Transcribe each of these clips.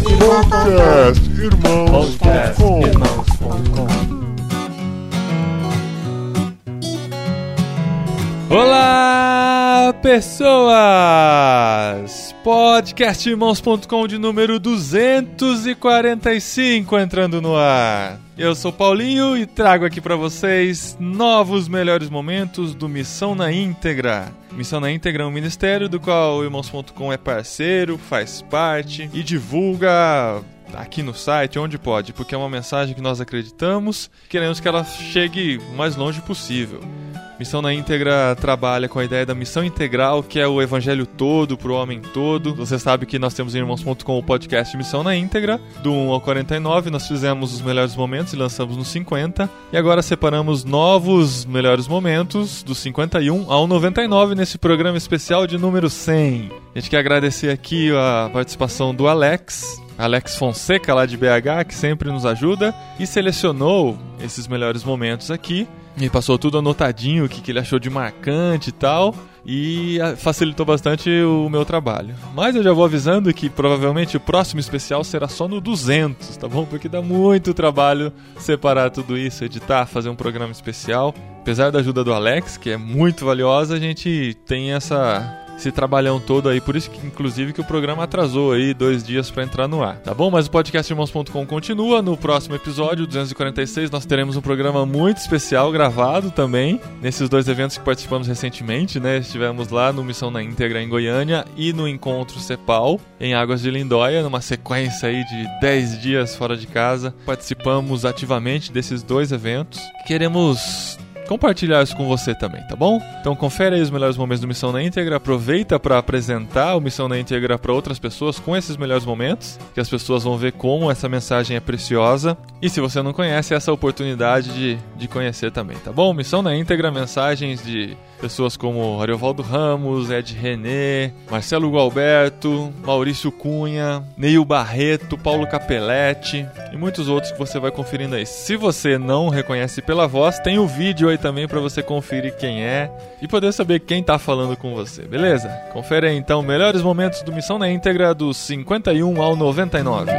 Olá, pessoas! Podcastirmãos.com de número 245 entrando no ar. Eu sou Paulinho e trago aqui para vocês novos melhores momentos do Missão na Íntegra. Missão na Íntegra é um ministério do qual o Irmãos.com é parceiro, faz parte e divulga aqui no site, onde pode, porque é uma mensagem que nós acreditamos, queremos que ela chegue o mais longe possível. Missão na Íntegra trabalha com a ideia da missão integral, que é o evangelho todo, para o homem todo. Você sabe que nós temos em Irmãos.com o podcast Missão na Íntegra, do 1 ao 49, nós fizemos os melhores momentos e lançamos no 50, e agora separamos novos melhores momentos, do 51 ao 99, nesse programa especial de número 100. A gente quer agradecer aqui a participação do Alex Fonseca, lá de BH, que sempre nos ajuda, e selecionou esses melhores momentos aqui. E passou tudo anotadinho, o que ele achou de marcante e tal, e facilitou bastante o meu trabalho. Mas eu já vou avisando que provavelmente o próximo especial será só no 200, tá bom? Porque dá muito trabalho separar tudo isso, editar, fazer um programa especial. Apesar da ajuda do Alex, que é muito valiosa, a gente tem esse trabalhão todo aí, por isso que inclusive que o programa atrasou aí 2 dias para entrar no ar, tá bom? Mas o podcastirmãos.com continua. No próximo episódio, 246, nós teremos um programa muito especial gravado também, nesses 2 eventos que participamos recentemente, né? Estivemos lá no Missão na Íntegra em Goiânia e no Encontro Cepal em Águas de Lindóia, numa sequência aí de 10 dias fora de casa. Participamos ativamente desses 2 eventos. Queremos compartilhar isso com você também, tá bom? Então confere aí os melhores momentos do Missão na Íntegra, aproveita para apresentar o Missão na Íntegra para outras pessoas com esses melhores momentos, que as pessoas vão ver como essa mensagem é preciosa, e se você não conhece, essa oportunidade de conhecer também, tá bom? Missão na Íntegra, mensagens de pessoas como Ariovaldo Ramos, Ed René, Marcelo Gualberto, Maurício Cunha, Neil Barreto, Paulo Capelletti e muitos outros que você vai conferindo aí. Se você não reconhece pela voz, tem o vídeo aí também para você conferir quem é e poder saber quem tá falando com você, beleza? Confere aí então melhores momentos do Missão na Íntegra do 51 ao 99.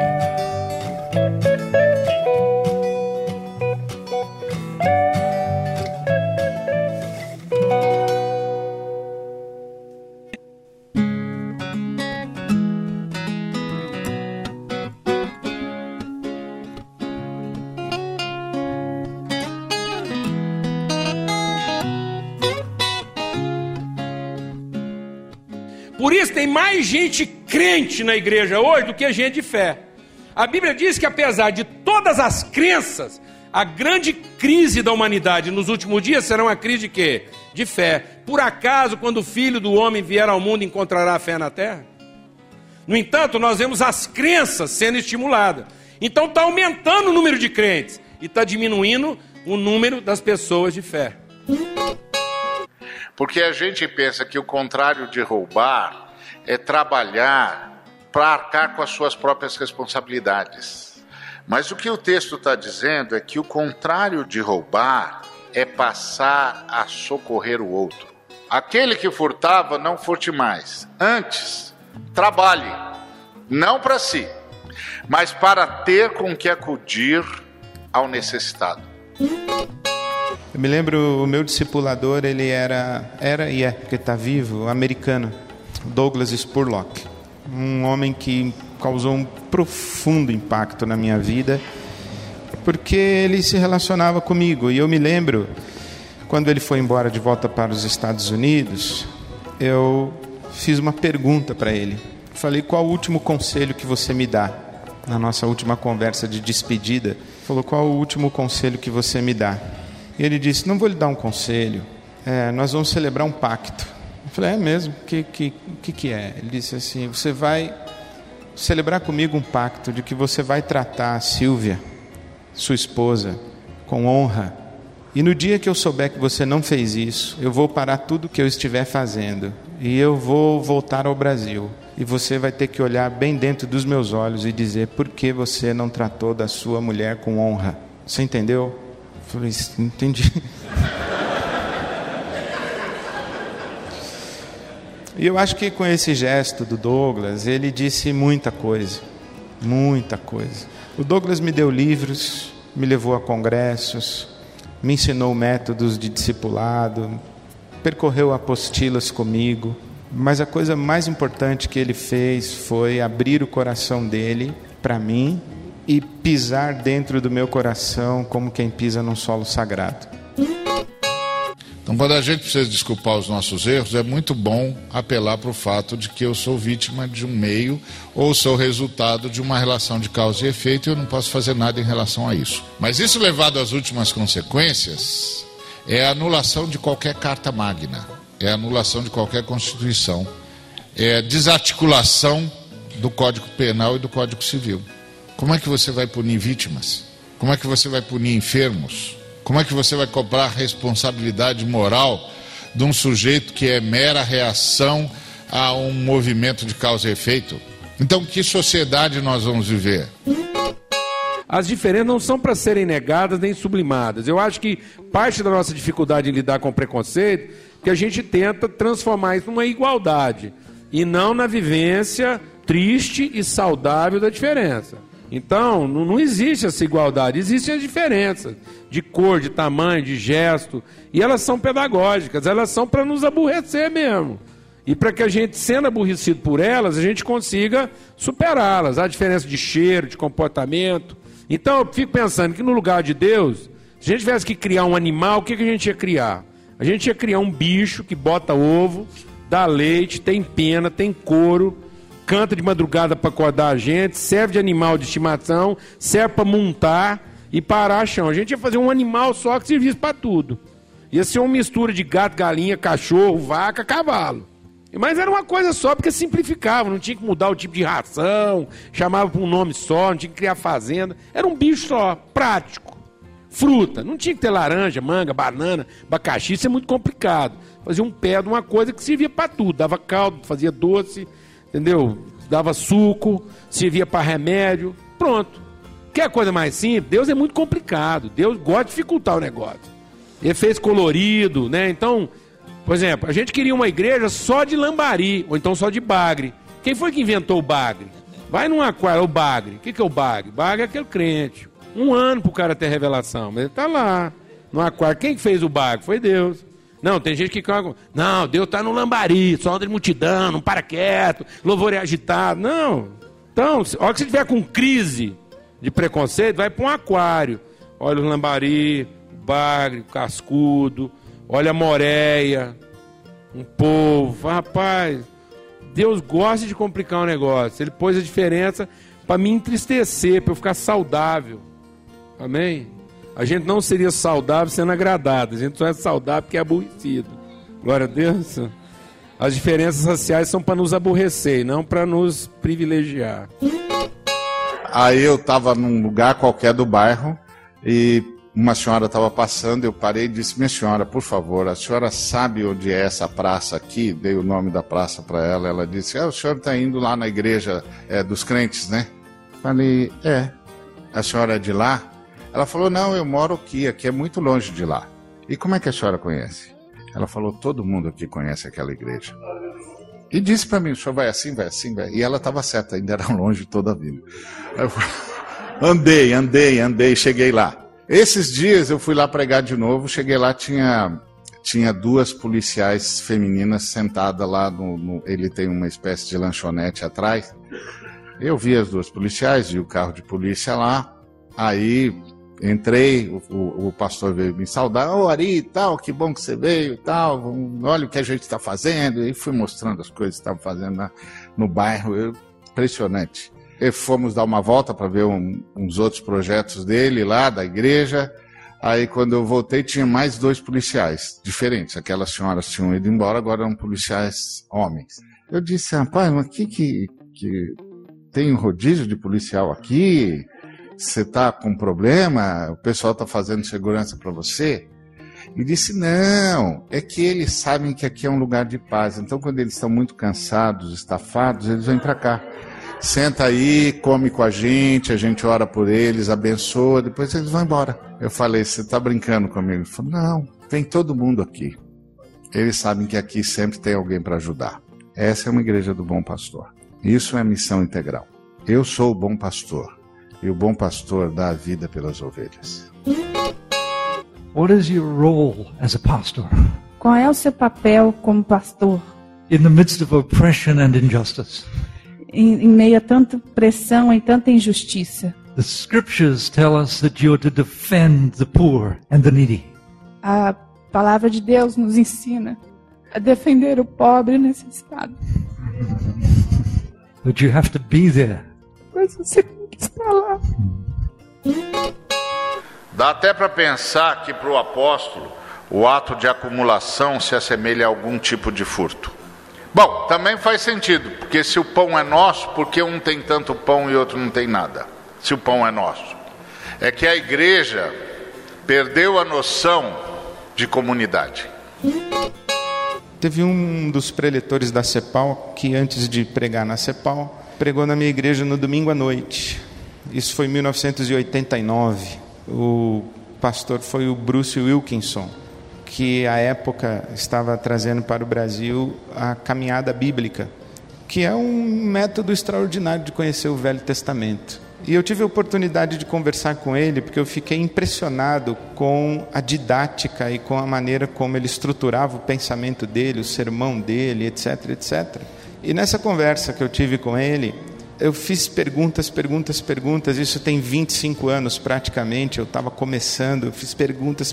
Por isso tem mais gente crente na igreja hoje do que gente de fé. A Bíblia diz que apesar de todas as crenças, a grande crise da humanidade nos últimos dias será uma crise de quê? De fé. Por acaso, quando o Filho do Homem vier ao mundo, encontrará fé na terra? No entanto, nós vemos as crenças sendo estimuladas. Então está aumentando o número de crentes e está diminuindo o número das pessoas de fé. Porque a gente pensa que o contrário de roubar é trabalhar para arcar com as suas próprias responsabilidades. Mas o que o texto está dizendo é que o contrário de roubar é passar a socorrer o outro. Aquele que furtava, não furte mais. Antes, trabalhe, não para si, mas para ter com que acudir ao necessitado. Eu me lembro, o meu discipulador, ele era e é, porque está vivo, americano, Douglas Spurlock. Um homem que causou um profundo impacto na minha vida, porque ele se relacionava comigo. E eu me lembro, quando ele foi embora de volta para os Estados Unidos, eu fiz uma pergunta para ele. Falei, qual o último conselho que você me dá? Na nossa última conversa de despedida, falou, qual o último conselho que você me dá? E ele disse, não vou lhe dar um conselho, nós vamos celebrar um pacto. Eu falei, é mesmo? O que é? Ele disse assim, você vai celebrar comigo um pacto de que você vai tratar a Silvia, sua esposa, com honra. E no dia que eu souber que você não fez isso, eu vou parar tudo que eu estiver fazendo e eu vou voltar ao Brasil. E você vai ter que olhar bem dentro dos meus olhos e dizer por que você não tratou da sua mulher com honra. Você entendeu? Eu falei, entendi. E eu acho que com esse gesto do Douglas, ele disse muita coisa. muita coisa. O Douglas me deu livros, me levou a congressos, me ensinou métodos de discipulado, percorreu apostilas comigo, mas a coisa mais importante que ele fez foi abrir o coração dele para mim e pisar dentro do meu coração como quem pisa num solo sagrado. Então, quando a gente precisa desculpar os nossos erros, é muito bom apelar para o fato de que eu sou vítima de um meio ou sou resultado de uma relação de causa e efeito e eu não posso fazer nada em relação a isso. Mas isso levado às últimas consequências é a anulação de qualquer carta magna, é a anulação de qualquer Constituição, é a desarticulação do Código Penal e do Código Civil. Como é que você vai punir vítimas? Como é que você vai punir enfermos? Como é que você vai cobrar responsabilidade moral de um sujeito que é mera reação a um movimento de causa e efeito? Então, que sociedade nós vamos viver? As diferenças não são para serem negadas nem sublimadas. Eu acho que parte da nossa dificuldade em lidar com o preconceito é que a gente tenta transformar isso numa igualdade e não na vivência triste e saudável da diferença. Então, não existe essa igualdade, existem as diferenças de cor, de tamanho, de gesto, e elas são pedagógicas, elas são para nos aborrecer mesmo. E para que a gente, sendo aborrecido por elas, a gente consiga superá-las. Há diferença de cheiro, de comportamento. Então, eu fico pensando que no lugar de Deus, se a gente tivesse que criar um animal, o que a gente ia criar? A gente ia criar um bicho que bota ovo, dá leite, tem pena, tem couro, canta de madrugada para acordar a gente, serve de animal de estimação, serve para montar e parar chão. A gente ia fazer um animal só que servisse para tudo. Ia ser uma mistura de gato, galinha, cachorro, vaca, cavalo. Mas era uma coisa só, porque simplificava, não tinha que mudar o tipo de ração, chamava por um nome só, não tinha que criar fazenda. Era um bicho só, prático. Fruta, não tinha que ter laranja, manga, banana, abacaxi, isso é muito complicado. Fazia um pé de uma coisa que servia para tudo, dava caldo, fazia doce, entendeu? Dava suco, servia para remédio, pronto. Quer coisa mais simples? Deus é muito complicado, Deus gosta de dificultar o negócio. Ele fez colorido, né? Então, por exemplo, a gente queria uma igreja só de lambari, ou então só de bagre. Quem foi que inventou o bagre? Vai num aquário, o bagre. O que é o bagre? Bagre é aquele crente. 1 ano pro cara ter revelação, mas ele tá lá, no aquário. Quem fez o bagre? Foi Deus. Não, tem gente que... Não, Deus está no lambari, só anda de multidão, não para quieto, louvor é agitado. Não. Então, a hora que você estiver com crise de preconceito, vai para um aquário. Olha o lambari, o bagre, o cascudo, olha a moreia, um polvo. Rapaz, Deus gosta de complicar o negócio. Ele pôs a diferença para me entristecer, para eu ficar saudável. Amém? A gente não seria saudável sendo agradado. A gente só é saudável porque é aborrecido. Glória a Deus. As diferenças raciais são para nos aborrecer, não para nos privilegiar. Aí eu estava num lugar qualquer do bairro e uma senhora estava passando, eu parei e disse: minha senhora, por favor, a senhora sabe onde é essa praça aqui? Dei o nome da praça para ela. Ela disse: o senhor está indo lá na igreja dos crentes, né? Falei: é. A senhora é de lá? Ela falou: não, eu moro aqui é muito longe de lá. E como é que a senhora conhece? Ela falou: todo mundo aqui conhece aquela igreja. E disse para mim: o senhor vai assim, vai assim, vai. E ela estava certa, ainda era longe toda a vida. Eu andei, cheguei lá. Esses dias eu fui lá pregar de novo, cheguei lá, tinha 2 policiais femininas sentadas lá, ele tem uma espécie de lanchonete atrás. Eu vi as 2 policiais, vi o carro de polícia lá, aí entrei, o pastor veio me saudar: ô Ari e tal, que bom que você veio e tal, olha o que a gente está fazendo, e fui mostrando as coisas que estavam fazendo no bairro, impressionante. E fomos dar uma volta para ver uns outros projetos dele lá, da igreja. Aí quando eu voltei tinha mais 2 policiais diferentes, aquelas senhoras tinham ido embora, agora eram policiais homens. Eu disse: rapaz, mas que tem um rodízio de policial aqui? Você está com problema? O pessoal está fazendo segurança para você? E disse: não, é que eles sabem que aqui é um lugar de paz. Então, quando eles estão muito cansados, estafados, eles vêm para cá. Senta aí, come com a gente ora por eles, abençoa, depois eles vão embora. Eu falei: você está brincando comigo? Ele falou: não, vem todo mundo aqui. Eles sabem que aqui sempre tem alguém para ajudar. Essa é uma igreja do Bom Pastor. Isso é missão integral. Eu sou o bom pastor, e o bom pastor dá a vida pelas ovelhas. What is your role as a pastor? Qual é o seu papel como pastor? In the midst of oppression and injustice. Em meio a tanta pressão e tanta injustiça. The scriptures tell us that you are to defend the poor and the needy. A palavra de Deus nos ensina a defender o pobre e o necessitado. But you have to be there. Mas você tem que estar lá. Dá até para pensar que para o apóstolo o ato de acumulação se assemelha a algum tipo de furto. Bom, também faz sentido, porque se o pão é nosso, por que um tem tanto pão e outro não tem nada? Se o pão é nosso. É que a igreja perdeu a noção de comunidade. Teve um dos preletores da CEPAL que, antes de pregar na CEPAL, pregou na minha igreja no domingo à noite. Isso foi em 1989. O pastor foi o Bruce Wilkinson, que à época estava trazendo para o Brasil a caminhada bíblica, que é um método extraordinário de conhecer o Velho Testamento. E eu tive a oportunidade de conversar com ele, porque eu fiquei impressionado com a didática e com a maneira como ele estruturava o pensamento dele, o sermão dele, etc, etc. E nessa conversa que eu tive com ele, eu fiz perguntas, isso tem 25 anos praticamente, eu estava começando, eu fiz perguntas,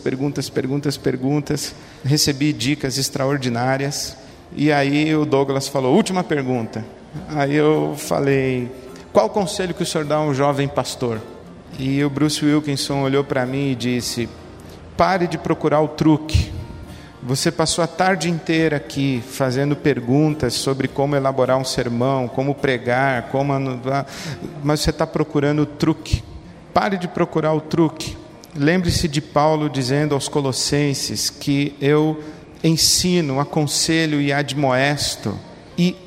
recebi dicas extraordinárias, e aí o Douglas falou, última pergunta. Aí eu falei, qual o conselho que o senhor dá a um jovem pastor? E o Bruce Wilkinson olhou para mim e disse, pare de procurar o truque. Você passou a tarde inteira aqui fazendo perguntas sobre como elaborar um sermão, como pregar, mas você está procurando o truque. Pare de procurar o truque. Lembre-se de Paulo dizendo aos Colossenses que eu ensino, aconselho e admoesto e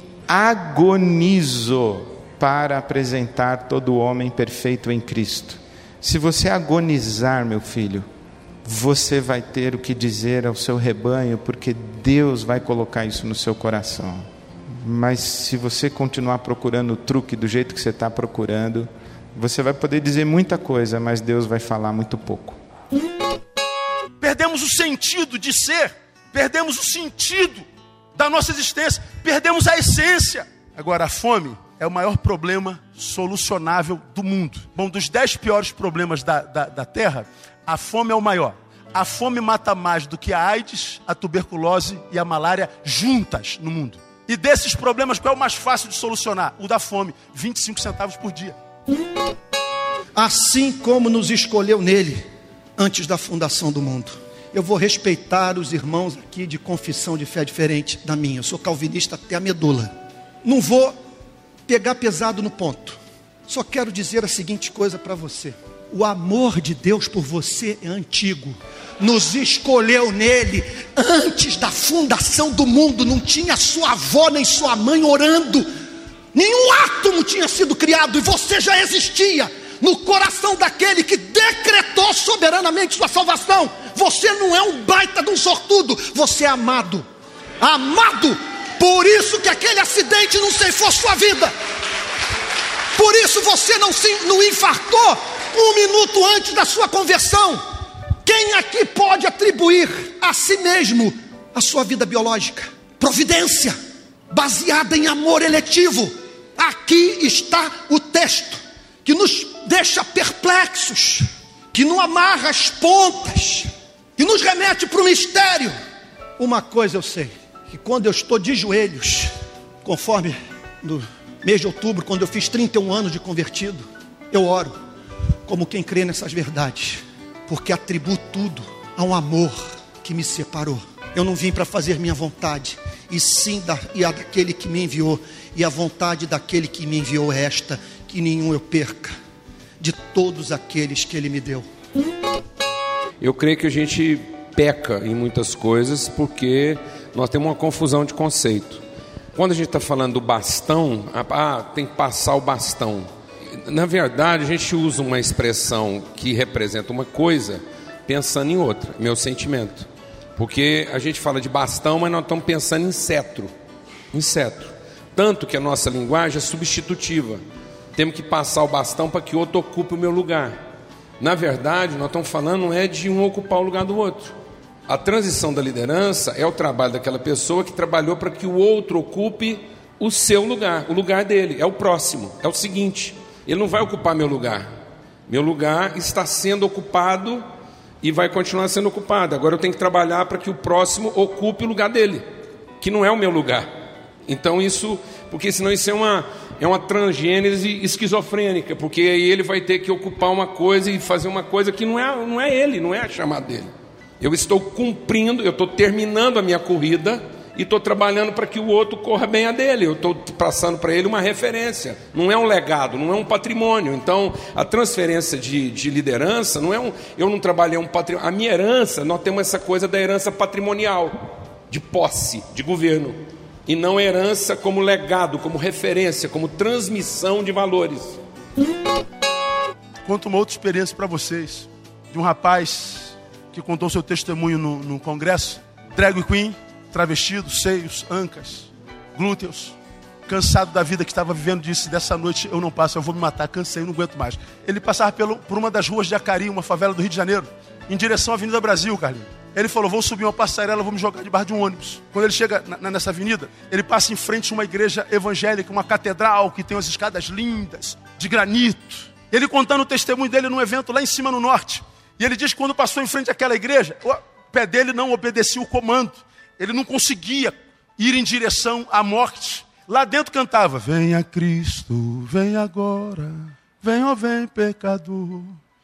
agonizo para apresentar todo homem perfeito em Cristo. Se você agonizar, meu filho, você vai ter o que dizer ao seu rebanho, porque Deus vai colocar isso no seu coração. Mas se você continuar procurando o truque do jeito que você está procurando, você vai poder dizer muita coisa, mas Deus vai falar muito pouco. Perdemos o sentido de ser, perdemos o sentido da nossa existência, perdemos a essência. Agora, a fome é o maior problema solucionável do mundo. Bom, dos 10 piores problemas da Terra, a fome é o maior. A fome mata mais do que a AIDS, a tuberculose e a malária juntas no mundo. E desses problemas, qual é o mais fácil de solucionar? O da fome, 25 centavos por dia. Assim como nos escolheu nele, antes da fundação do mundo. Eu vou respeitar os irmãos aqui de confissão de fé diferente da minha. Eu sou calvinista até a medula. Não vou pegar pesado no ponto. Só quero dizer a seguinte coisa para você. O amor de Deus por você é antigo. Nos escolheu nele antes da fundação do mundo. Não tinha sua avó nem sua mãe orando. Nenhum átomo tinha sido criado e você já existia no coração daquele que decretou soberanamente sua salvação. Você não é um baita de um sortudo. Você é amado. Amado. Por isso que aquele acidente não ceifou sua vida. Por isso você não infartou 1 minuto antes da sua conversão. Quem aqui pode atribuir a si mesmo a sua vida biológica? Providência, baseada em amor eletivo. Aqui está o texto que nos deixa perplexos, que não amarra as pontas, que nos remete para o mistério. Uma coisa eu sei, que quando eu estou de joelhos, conforme no mês de outubro, quando eu fiz 31 anos de convertido, eu oro como quem crê nessas verdades, porque atribuo tudo a um amor que me separou. Eu não vim para fazer minha vontade, e sim a daquele que me enviou, e a vontade daquele que me enviou é esta, que nenhum eu perca, de todos aqueles que ele me deu. Eu creio que a gente peca em muitas coisas, porque nós temos uma confusão de conceito. Quando a gente está falando do bastão, tem que passar o bastão. Na verdade, a gente usa uma expressão que representa uma coisa, pensando em outra, meu sentimento. Porque a gente fala de bastão, mas nós estamos pensando em cetro. Em cetro. Tanto que a nossa linguagem é substitutiva. temos que passar o bastão para que o outro ocupe o meu lugar. Na verdade, nós estamos falando não é de um ocupar o lugar do outro. A transição da liderança é o trabalho daquela pessoa que trabalhou para que o outro ocupe o seu lugar, o lugar dele, é o próximo, é o seguinte: ele não vai ocupar meu lugar. Meu lugar está sendo ocupado e vai continuar sendo ocupado. Agora eu tenho que trabalhar para que o próximo ocupe o lugar dele, que não é o meu lugar. Então isso, porque senão isso é uma transgênese esquizofrênica, porque aí ele vai ter que ocupar uma coisa e fazer uma coisa que não é ele, não é a chamada dele. Eu estou cumprindo, eu estou terminando a minha corrida e estou trabalhando para que o outro corra bem a dele. Eu estou passando para ele uma referência, não é um legado, não é um patrimônio. Então a transferência de liderança não é eu não trabalhei um patrimônio. A minha herança, nós temos essa coisa da herança patrimonial, de posse, de governo, e não herança como legado, como referência, como transmissão de valores. Conto uma outra experiência para vocês, de um rapaz que contou seu testemunho no congresso. Drag queen, travestido, seios, ancas, glúteos, cansado da vida que estava vivendo, disse: dessa noite eu não passo, eu vou me matar, cansei, não aguento mais. Ele passava por uma das ruas de Acari, uma favela do Rio de Janeiro, em direção à Avenida Brasil, Carlinhos. Ele falou: vou subir uma passarela, vou me jogar debaixo de um ônibus. Quando ele chega nessa avenida, ele passa em frente a uma igreja evangélica, uma catedral que tem umas escadas lindas, de granito. Ele contando o testemunho dele num evento lá em cima no norte. E ele diz que quando passou em frente àquela igreja, o pé dele não obedecia o comando. Ele não conseguia ir em direção à morte. Lá dentro cantava: venha Cristo, vem agora, vem, ó vem pecador,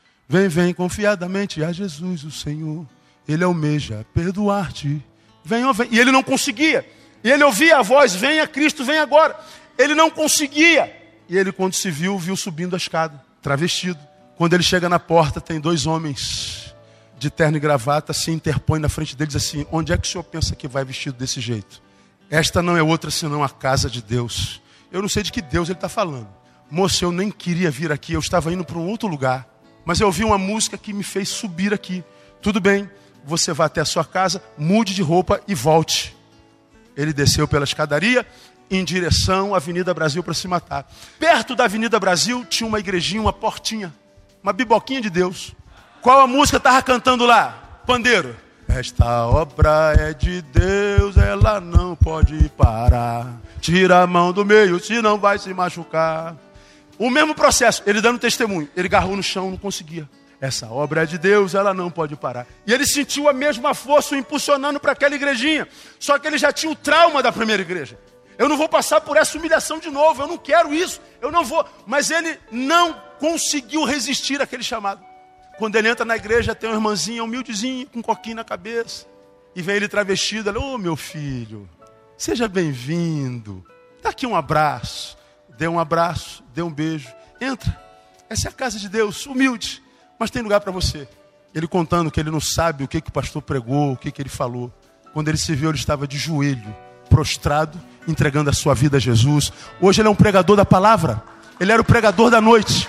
vem confiadamente a Jesus o Senhor. Ele almeja perdoar-te. Vem, ó, vem. E ele não conseguia. E ele ouvia a voz: venha Cristo, vem agora. Ele não conseguia. E ele, quando se viu subindo a escada, travestido. Quando ele chega na porta, tem dois homens de terno e gravata, se interpõem na frente dele e diz assim: onde é que o senhor pensa que vai vestido desse jeito? Esta não é outra senão a casa de Deus. Eu não sei de que Deus ele está falando. Moço, eu nem queria vir aqui, eu estava indo para um outro lugar. Mas eu ouvi uma música que me fez subir aqui. Tudo bem, você vai até a sua casa, mude de roupa e volte. Ele desceu pela escadaria em direção à Avenida Brasil para se matar. Perto da Avenida Brasil tinha uma igrejinha, uma portinha, uma biboquinha de Deus. Qual a música estava cantando lá? Pandeiro. Esta obra é de Deus, ela não pode parar. Tira a mão do meio, senão vai se machucar. O mesmo processo, ele dando testemunho. Ele agarrou no chão, não conseguia. Essa obra é de Deus, ela não pode parar. E ele sentiu a mesma força o impulsionando para aquela igrejinha. Só que ele já tinha o trauma da primeira igreja. Eu não vou passar por essa humilhação de novo, eu não quero isso, eu não vou. Mas ele não conseguiu resistir àquele chamado. Quando ele entra na igreja, tem uma irmãzinha humildezinha, com um coquinho na cabeça. E vem ele travestido, ela: ô meu filho, seja bem-vindo. Dá aqui um abraço. Dê um abraço, dê um beijo. Entra, essa é a casa de Deus, humilde. Mas tem lugar para você. Ele contando que ele não sabe o que o pastor pregou, o que ele falou. Quando ele se viu, ele estava de joelho, prostrado, entregando a sua vida a Jesus. Hoje ele é um pregador da palavra. Ele era o pregador da noite.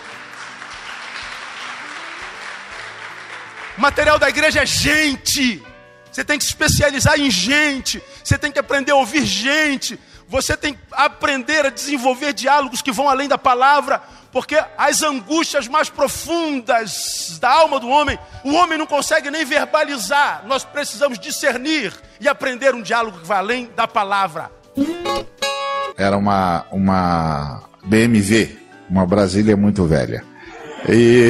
O material da igreja é gente. Você tem que se especializar em gente. Você tem que aprender a ouvir gente. Você tem que aprender a desenvolver diálogos que vão além da palavra. Porque as angústias mais profundas da alma do homem, o homem não consegue nem verbalizar. Nós precisamos discernir e aprender um diálogo que vai além da palavra. Era uma BMW, uma Brasília muito velha. E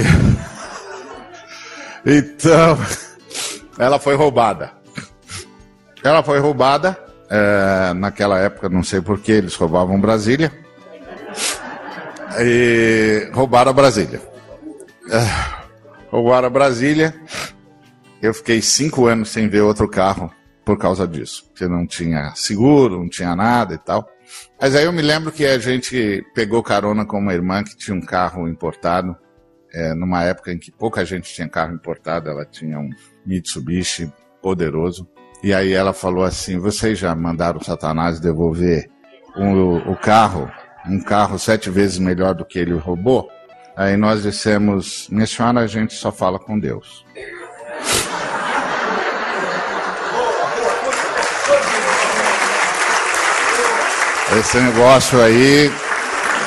então, ela foi roubada. Naquela época, não sei por que eles roubavam Brasília. E roubaram a Brasília. Eu fiquei 5 anos sem ver outro carro por causa disso. Porque não tinha seguro, não tinha nada e tal. Mas aí eu me lembro que a gente pegou carona com uma irmã que tinha um carro importado. Numa época em que pouca gente tinha carro importado, ela tinha um Mitsubishi poderoso. E aí ela falou assim: vocês já mandaram Satanás devolver o carro? Um carro 7 vezes melhor do que ele roubou? Aí nós dissemos: minha senhora, a gente só fala com Deus. Esse negócio aí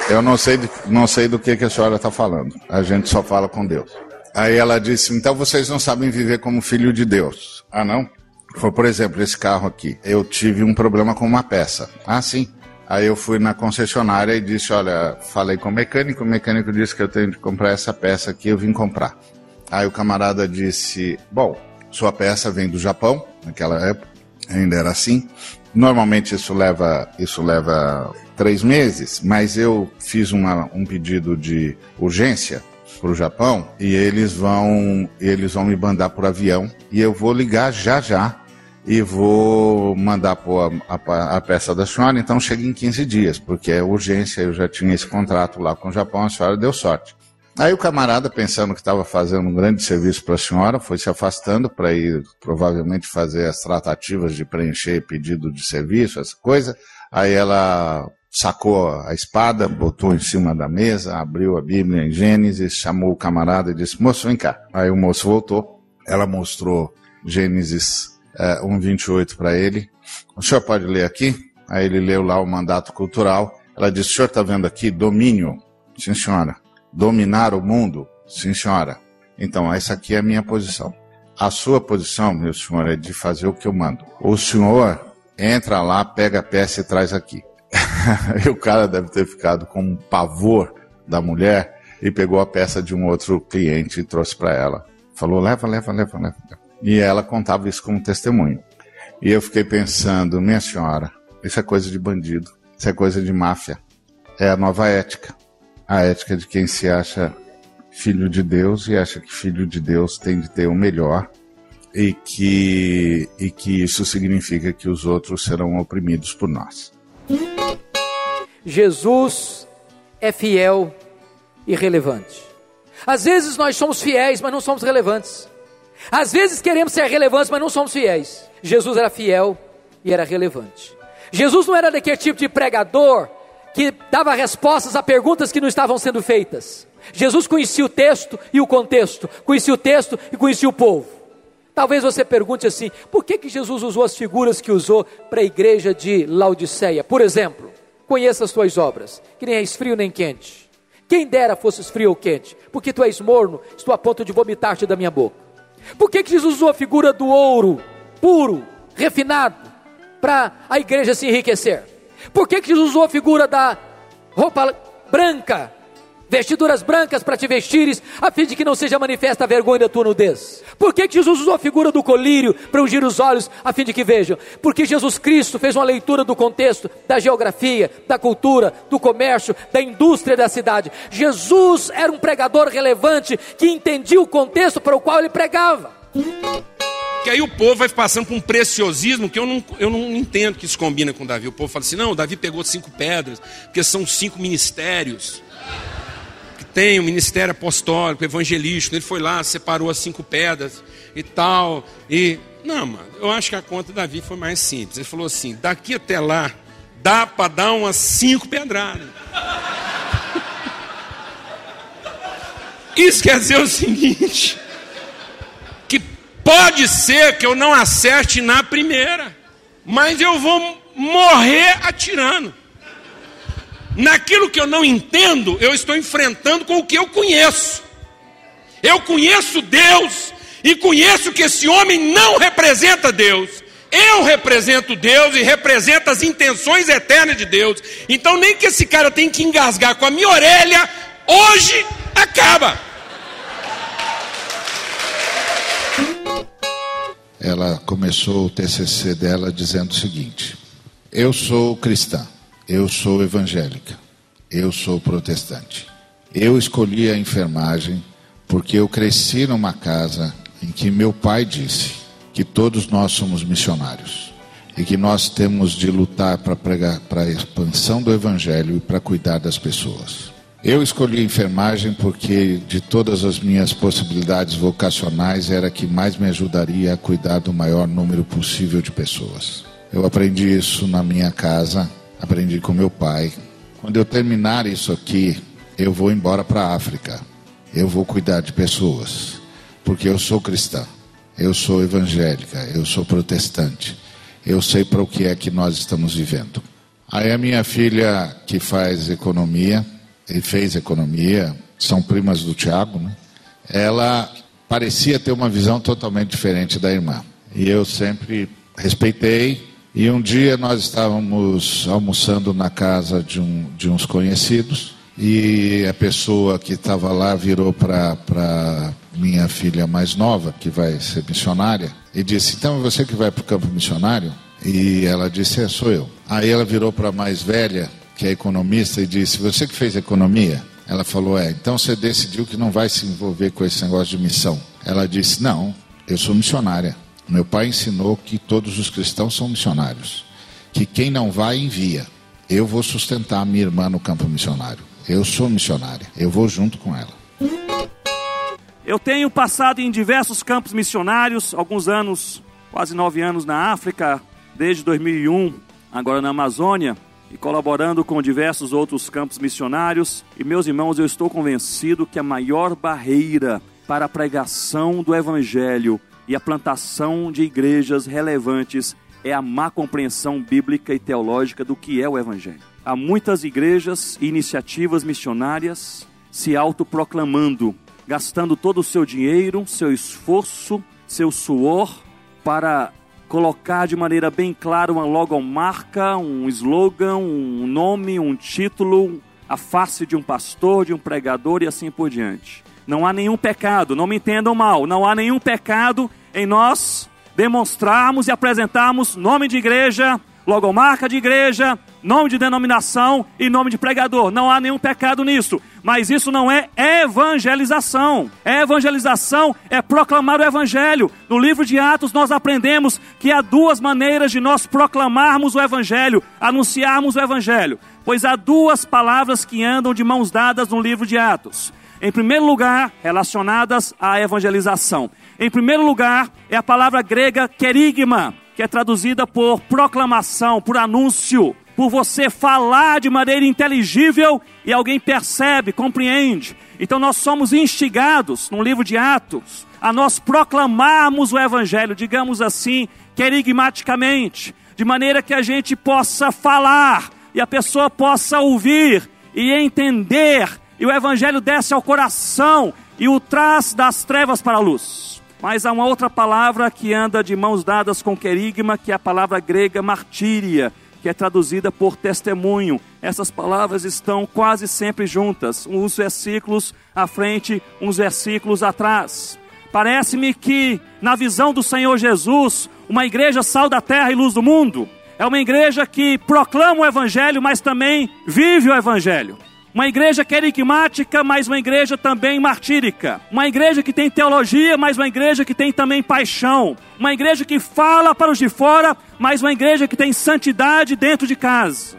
Eu não sei do que a senhora está falando. A gente só fala com Deus. Aí ela disse, então vocês não sabem viver como filho de Deus. Ah, não? Foi, por exemplo, esse carro aqui. Eu tive um problema com uma peça. Ah, sim. Aí eu fui na concessionária e disse, olha, falei com o mecânico disse que eu tenho de comprar essa peça aqui, eu vim comprar. Aí o camarada disse, bom, sua peça vem do Japão, naquela época, ainda era assim. Normalmente isso leva 3 meses, mas eu fiz um pedido de urgência para o Japão e eles vão me mandar por avião e eu vou ligar já e vou mandar pôr a peça da senhora, então chega em 15 dias, porque é urgência, eu já tinha esse contrato lá com o Japão, a senhora deu sorte. Aí o camarada, pensando que estava fazendo um grande serviço para a senhora, foi se afastando para ir provavelmente fazer as tratativas de preencher pedido de serviço, essa coisa. Aí ela sacou a espada, botou em cima da mesa, abriu a Bíblia em Gênesis, chamou o camarada e disse, moço, vem cá. Aí o moço voltou, ela mostrou Gênesis 1:28 para ele. O senhor pode ler aqui? Aí ele leu lá o mandato cultural. Ela disse, o senhor está vendo aqui? Domínio. Sim, senhora. Dominar o mundo? Sim, senhora. Então, essa aqui é a minha posição. A sua posição, meu senhor, é de fazer o que eu mando. O senhor entra lá, pega a peça e traz aqui. E o cara deve ter ficado com um pavor da mulher e pegou a peça de um outro cliente e trouxe para ela. Falou, leva. E ela contava isso como testemunho. E eu fiquei pensando, minha senhora, isso é coisa de bandido, isso é coisa de máfia. É a nova ética. A ética de quem se acha filho de Deus e acha que filho de Deus tem de ter o melhor e que isso significa que os outros serão oprimidos por nós. Jesus é fiel e relevante. Às vezes nós somos fiéis, mas não somos relevantes. Às vezes queremos ser relevantes, mas não somos fiéis. Jesus era fiel e era relevante. Jesus não era daquele tipo de pregador que dava respostas a perguntas que não estavam sendo feitas. Jesus conhecia o texto e o contexto, conhecia o texto e conhecia o povo. Talvez você pergunte assim, por que Jesus usou as figuras que usou para a igreja de Laodiceia? Por exemplo, conheça as tuas obras, que nem és frio nem quente. Quem dera fosses frio ou quente, porque tu és morno, estou a ponto de vomitar-te da minha boca. Por que Jesus usou a figura do ouro puro, refinado, para a igreja se enriquecer? Por que Jesus usou a figura da roupa branca, vestiduras brancas para te vestires, a fim de que não seja manifesta a vergonha da tua nudez? Por que Jesus usou a figura do colírio para ungir os olhos, a fim de que vejam? Porque Jesus Cristo fez uma leitura do contexto, da geografia, da cultura, do comércio, da indústria da cidade. Jesus era um pregador relevante, que entendia o contexto para o qual ele pregava. Que aí o povo vai passando por um preciosismo que eu não entendo que isso combina com Davi. O povo fala assim, não, Davi pegou 5 pedras, porque são 5 ministérios. Tem o ministério apostólico, evangelístico, ele foi lá, separou as 5 pedras e tal. Não, mano, eu acho que a conta de Davi foi mais simples. Ele falou assim, daqui até lá, dá para dar umas 5 pedradas. Isso quer dizer o seguinte, que pode ser que eu não acerte na primeira, mas eu vou morrer atirando. Naquilo que eu não entendo, eu estou enfrentando com o que eu conheço. Eu conheço Deus e conheço que esse homem não representa Deus. Eu represento Deus e represento as intenções eternas de Deus. Então nem que esse cara tenha que engasgar com a minha orelha, hoje acaba. Ela começou o TCC dela dizendo o seguinte: eu sou cristã. Eu sou evangélica, eu sou protestante. Eu escolhi a enfermagem porque eu cresci numa casa em que meu pai disse que todos nós somos missionários e que nós temos de lutar para pregar para a expansão do evangelho e para cuidar das pessoas. Eu escolhi a enfermagem porque de todas as minhas possibilidades vocacionais era a que mais me ajudaria a cuidar do maior número possível de pessoas. Eu aprendi isso na minha casa. Aprendi com meu pai. Quando eu terminar isso aqui, eu vou embora para a África. Eu vou cuidar de pessoas. Porque eu sou cristã. Eu sou evangélica. Eu sou protestante. Eu sei para o que é que nós estamos vivendo. Aí a minha filha, que faz economia, e fez economia, são primas do Tiago, né? Ela parecia ter uma visão totalmente diferente da irmã. E eu sempre respeitei. E um dia nós estávamos almoçando na casa de uns conhecidos, e a pessoa que estava lá virou para minha filha mais nova, que vai ser missionária, e disse: então é você que vai para o campo missionário? E ela disse: sou eu. Aí ela virou para a mais velha, que é economista, e disse: você que fez economia? Ela falou: então você decidiu que não vai se envolver com esse negócio de missão. Ela disse: não, eu sou missionária. Meu pai ensinou que todos os cristãos são missionários, que quem não vai, envia. Eu vou sustentar a minha irmã no campo missionário. Eu sou missionária, eu vou junto com ela. Eu tenho passado em diversos campos missionários, alguns anos, quase 9 anos na África, desde 2001, agora na Amazônia, e colaborando com diversos outros campos missionários. E, meus irmãos, eu estou convencido que a maior barreira para a pregação do Evangelho e a plantação de igrejas relevantes é a má compreensão bíblica e teológica do que é o Evangelho. Há muitas igrejas e iniciativas missionárias se autoproclamando, gastando todo o seu dinheiro, seu esforço, seu suor, para colocar de maneira bem clara uma logomarca, um slogan, um nome, um título, a face de um pastor, de um pregador e assim por diante. Não há nenhum pecado, não me entendam mal, não há nenhum pecado em nós demonstrarmos e apresentarmos nome de igreja, logomarca de igreja, nome de denominação e nome de pregador. Não há nenhum pecado nisso, mas isso não é evangelização. Evangelização é proclamar o Evangelho. No livro de Atos nós aprendemos que há 2 maneiras de nós proclamarmos o Evangelho, anunciarmos o Evangelho, pois há 2 palavras que andam de mãos dadas no livro de Atos. Em primeiro lugar, relacionadas à evangelização. Em primeiro lugar, é a palavra grega querigma, que é traduzida por proclamação, por anúncio, por você falar de maneira inteligível e alguém percebe, compreende. Então nós somos instigados, no livro de Atos, a nós proclamarmos o Evangelho, digamos assim, querigmaticamente, de maneira que a gente possa falar e a pessoa possa ouvir e entender, e o Evangelho desce ao coração e o traz das trevas para a luz. Mas há uma outra palavra que anda de mãos dadas com querigma, que é a palavra grega martíria, que é traduzida por testemunho. Essas palavras estão quase sempre juntas, uns versículos à frente, uns versículos atrás. Parece-me que, na visão do Senhor Jesus, uma igreja sal da terra e luz do mundo é uma igreja que proclama o Evangelho, mas também vive o Evangelho. Uma igreja querigmática, mas uma igreja também martírica. Uma igreja que tem teologia, mas uma igreja que tem também paixão. Uma igreja que fala para os de fora, mas uma igreja que tem santidade dentro de casa.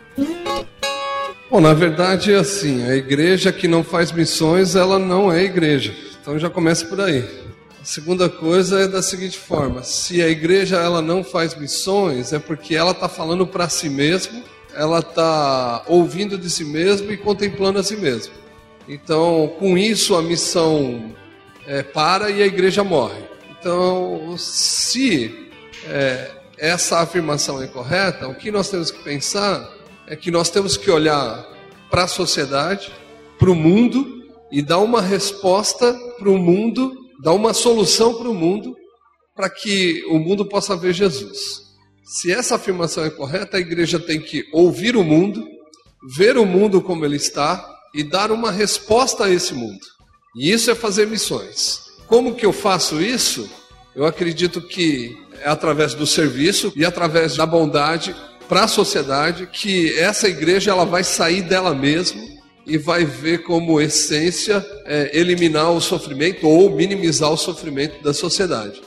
Bom, na verdade é assim, a igreja que não faz missões, ela não é igreja. Então já começa por aí. A segunda coisa é da seguinte forma: se a igreja ela não faz missões, é porque ela está falando para si mesma, ela está ouvindo de si mesma e contemplando a si mesma. Então, com isso, a missão para e a igreja morre. Então, se essa afirmação é correta, o que nós temos que pensar é que nós temos que olhar para a sociedade, para o mundo, e dar uma resposta para o mundo, dar uma solução para o mundo, para que o mundo possa ver Jesus. Se essa afirmação é correta, a igreja tem que ouvir o mundo, ver o mundo como ele está e dar uma resposta a esse mundo. E isso é fazer missões. Como que eu faço isso? Eu acredito que é através do serviço e através da bondade para a sociedade, que essa igreja ela vai sair dela mesma e vai ver como essência eliminar o sofrimento ou minimizar o sofrimento da sociedade.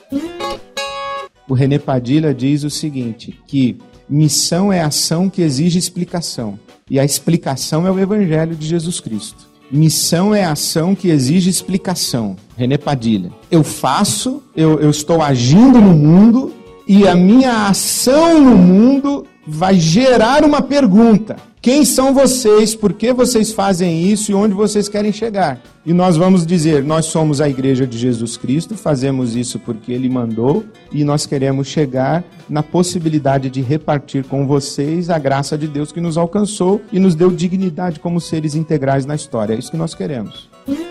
O René Padilha diz o seguinte, que missão é ação que exige explicação, e a explicação é o Evangelho de Jesus Cristo. Missão é ação que exige explicação. René Padilha. Eu faço, eu estou agindo no mundo, e a minha ação no mundo vai gerar uma pergunta. Quem são vocês? Por que vocês fazem isso? E onde vocês querem chegar? E nós vamos dizer, nós somos a igreja de Jesus Cristo, fazemos isso porque Ele mandou, e nós queremos chegar na possibilidade de repartir com vocês a graça de Deus que nos alcançou e nos deu dignidade como seres integrais na história. É isso que nós queremos.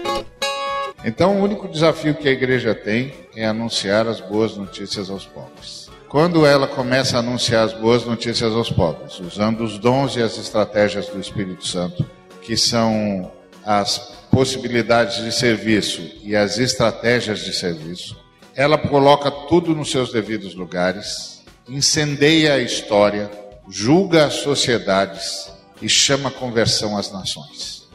Então, o único desafio que a igreja tem é anunciar as boas notícias aos pobres. Quando ela começa a anunciar as boas notícias aos pobres, usando os dons e as estratégias do Espírito Santo, que são as possibilidades de serviço e as estratégias de serviço, ela coloca tudo nos seus devidos lugares, incendeia a história, julga as sociedades e chama a conversão às nações.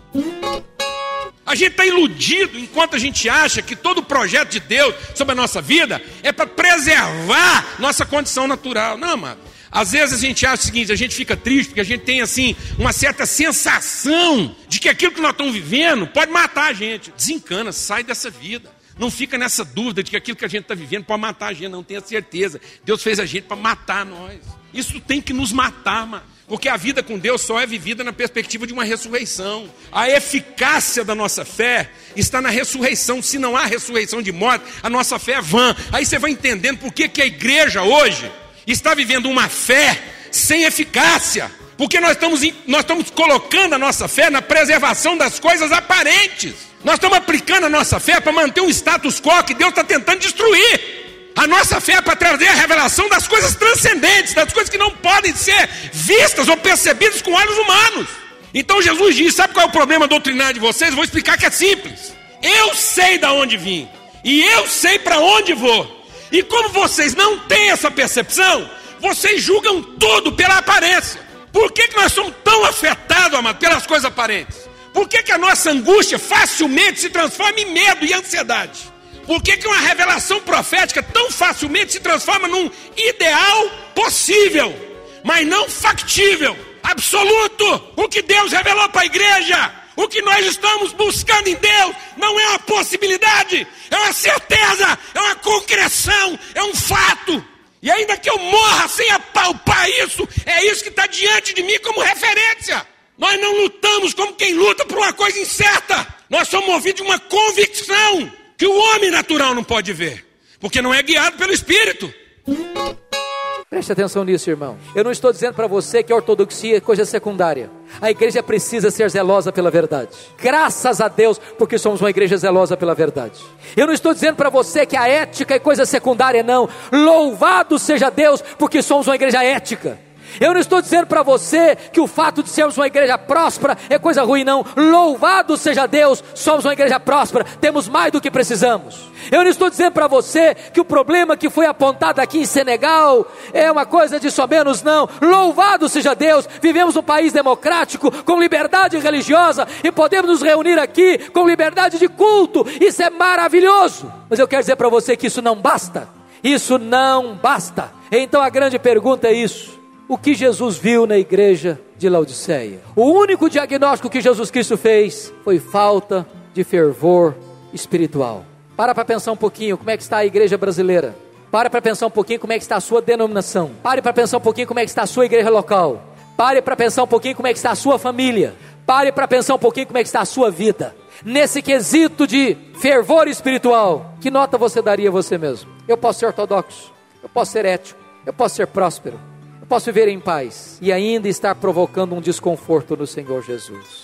A gente está iludido enquanto a gente acha que todo o projeto de Deus sobre a nossa vida é para preservar nossa condição natural. Não, mano. Às vezes a gente acha o seguinte, a gente fica triste porque a gente tem assim uma certa sensação de que aquilo que nós estamos vivendo pode matar a gente. Desencana, sai dessa vida. Não fica nessa dúvida de que aquilo que a gente está vivendo pode matar a gente, não tenha certeza. Deus fez a gente para matar nós. Isso tem que nos matar, mano. Porque a vida com Deus só é vivida na perspectiva de uma ressurreição. A eficácia da nossa fé está na ressurreição. Se não há ressurreição de morte, a nossa fé é vã. Aí você vai entendendo por que a igreja hoje está vivendo uma fé sem eficácia. Porque nós estamos colocando a nossa fé na preservação das coisas aparentes. Nós estamos aplicando a nossa fé para manter um status quo que Deus está tentando destruir. A nossa fé é para trazer a revelação das coisas transcendentes, das coisas que não podem ser vistas ou percebidas com olhos humanos. Então Jesus diz, sabe qual é o problema doutrinário de vocês? Vou explicar que é simples. Eu sei de onde vim e eu sei para onde vou. E como vocês não têm essa percepção, vocês julgam tudo pela aparência. Por que nós somos tão afetados, amado, pelas coisas aparentes? Por que a nossa angústia facilmente se transforma em medo e ansiedade? Por que uma revelação profética tão facilmente se transforma num ideal possível, mas não factível, absoluto? O que Deus revelou para a igreja, o que nós estamos buscando em Deus, não é uma possibilidade, é uma certeza, é uma concreção, é um fato. E ainda que eu morra sem apalpar isso, é isso que está diante de mim como referência. Nós não lutamos como quem luta por uma coisa incerta. Nós somos movidos de uma convicção que o homem natural não pode ver, porque não é guiado pelo Espírito. Preste atenção nisso, irmão. Eu não estou dizendo para você que a ortodoxia é coisa secundária. A igreja precisa ser zelosa pela verdade. Graças a Deus, porque somos uma igreja zelosa pela verdade. Eu não estou dizendo para você que a ética é coisa secundária, não. Louvado seja Deus, porque somos uma igreja ética. Eu não estou dizendo para você que o fato de sermos uma igreja próspera é coisa ruim, não. Louvado seja Deus, somos uma igreja próspera, temos mais do que precisamos. Eu não estou dizendo para você que o problema que foi apontado aqui em Senegal é uma coisa de somenos, não. Louvado seja Deus, vivemos um país democrático, com liberdade religiosa, e podemos nos reunir aqui com liberdade de culto. Isso é maravilhoso. Mas eu quero dizer para você que isso não basta. Isso não basta. Então a grande pergunta é isso: o que Jesus viu na igreja de Laodiceia? O único diagnóstico que Jesus Cristo fez foi falta de fervor espiritual. Para pensar um pouquinho como é que está a igreja brasileira. Para pensar um pouquinho como é que está a sua denominação. Pare para pensar um pouquinho como é que está a sua igreja local. Pare para pensar um pouquinho como é que está a sua família. Pare para pensar um pouquinho como é que está a sua vida. Nesse quesito de fervor espiritual, que nota você daria a você mesmo? Eu posso ser ortodoxo, eu posso ser ético, eu posso ser próspero, posso viver em paz e ainda estar provocando um desconforto no Senhor Jesus.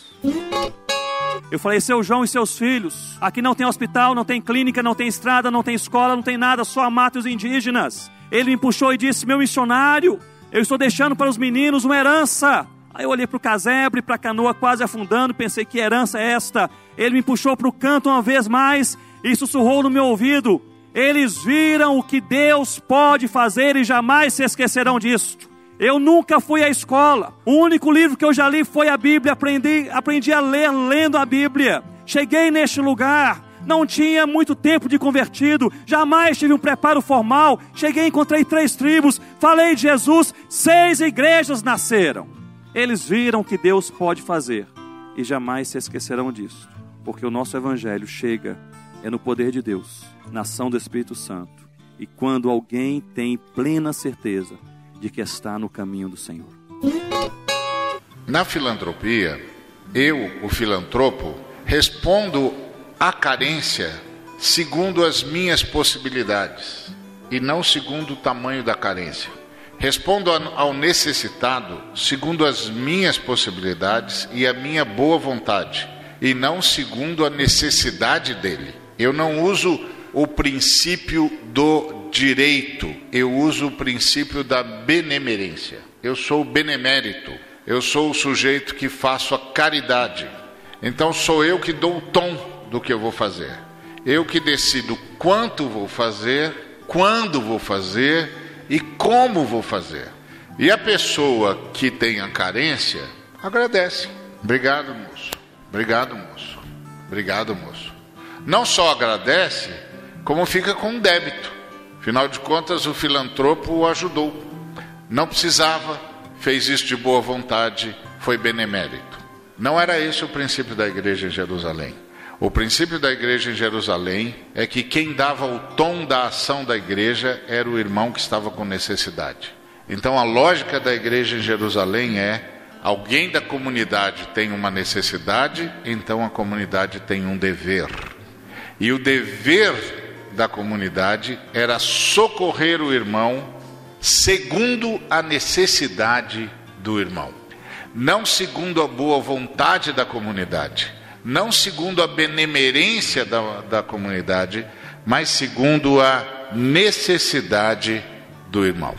Eu falei, seu João e seus filhos, aqui não tem hospital, não tem clínica, não tem estrada, não tem escola, não tem nada, só mata os indígenas. Ele me puxou e disse, meu missionário, eu estou deixando para os meninos uma herança. Aí eu olhei para o casebre, para a canoa quase afundando, pensei, que herança é esta? Ele me puxou para o canto uma vez mais e sussurrou no meu ouvido, eles viram o que Deus pode fazer e jamais se esquecerão disto. Eu nunca fui à escola. O único livro que eu já li foi a Bíblia. Aprendi a ler lendo a Bíblia. Cheguei neste lugar, não tinha muito tempo de convertido, jamais tive um preparo formal. Cheguei, encontrei 3 tribos, falei de Jesus, 6 igrejas nasceram. Eles viram o que Deus pode fazer e jamais se esquecerão disso, porque o nosso evangelho chega, é no poder de Deus, na ação do Espírito Santo. E quando alguém tem plena certeza de que está no caminho do Senhor. Na filantropia, eu, o filantropo, respondo à carência segundo as minhas possibilidades e não segundo o tamanho da carência. Respondo ao necessitado segundo as minhas possibilidades e a minha boa vontade, e não segundo a necessidade dele. Eu não uso o princípio do direito, eu uso o princípio da benemerência. Eu sou o benemérito, eu sou o sujeito que faço a caridade. Então sou eu que dou o tom do que eu vou fazer. Eu que decido quanto vou fazer, quando vou fazer e como vou fazer. E a pessoa que tem a carência agradece. Obrigado, moço. Obrigado, moço. Obrigado, moço. Não só agradece, como fica com um débito. Afinal de contas, o filantropo o ajudou. Não precisava, fez isso de boa vontade, foi benemérito. Não era esse o princípio da igreja em Jerusalém. O princípio da igreja em Jerusalém é que quem dava o tom da ação da igreja era o irmão que estava com necessidade. Então a lógica da igreja em Jerusalém é: alguém da comunidade tem uma necessidade, então a comunidade tem um dever. E o dever da comunidade era socorrer o irmão segundo a necessidade do irmão. Não segundo a boa vontade da comunidade, não segundo a benemerência da comunidade, mas segundo a necessidade do irmão.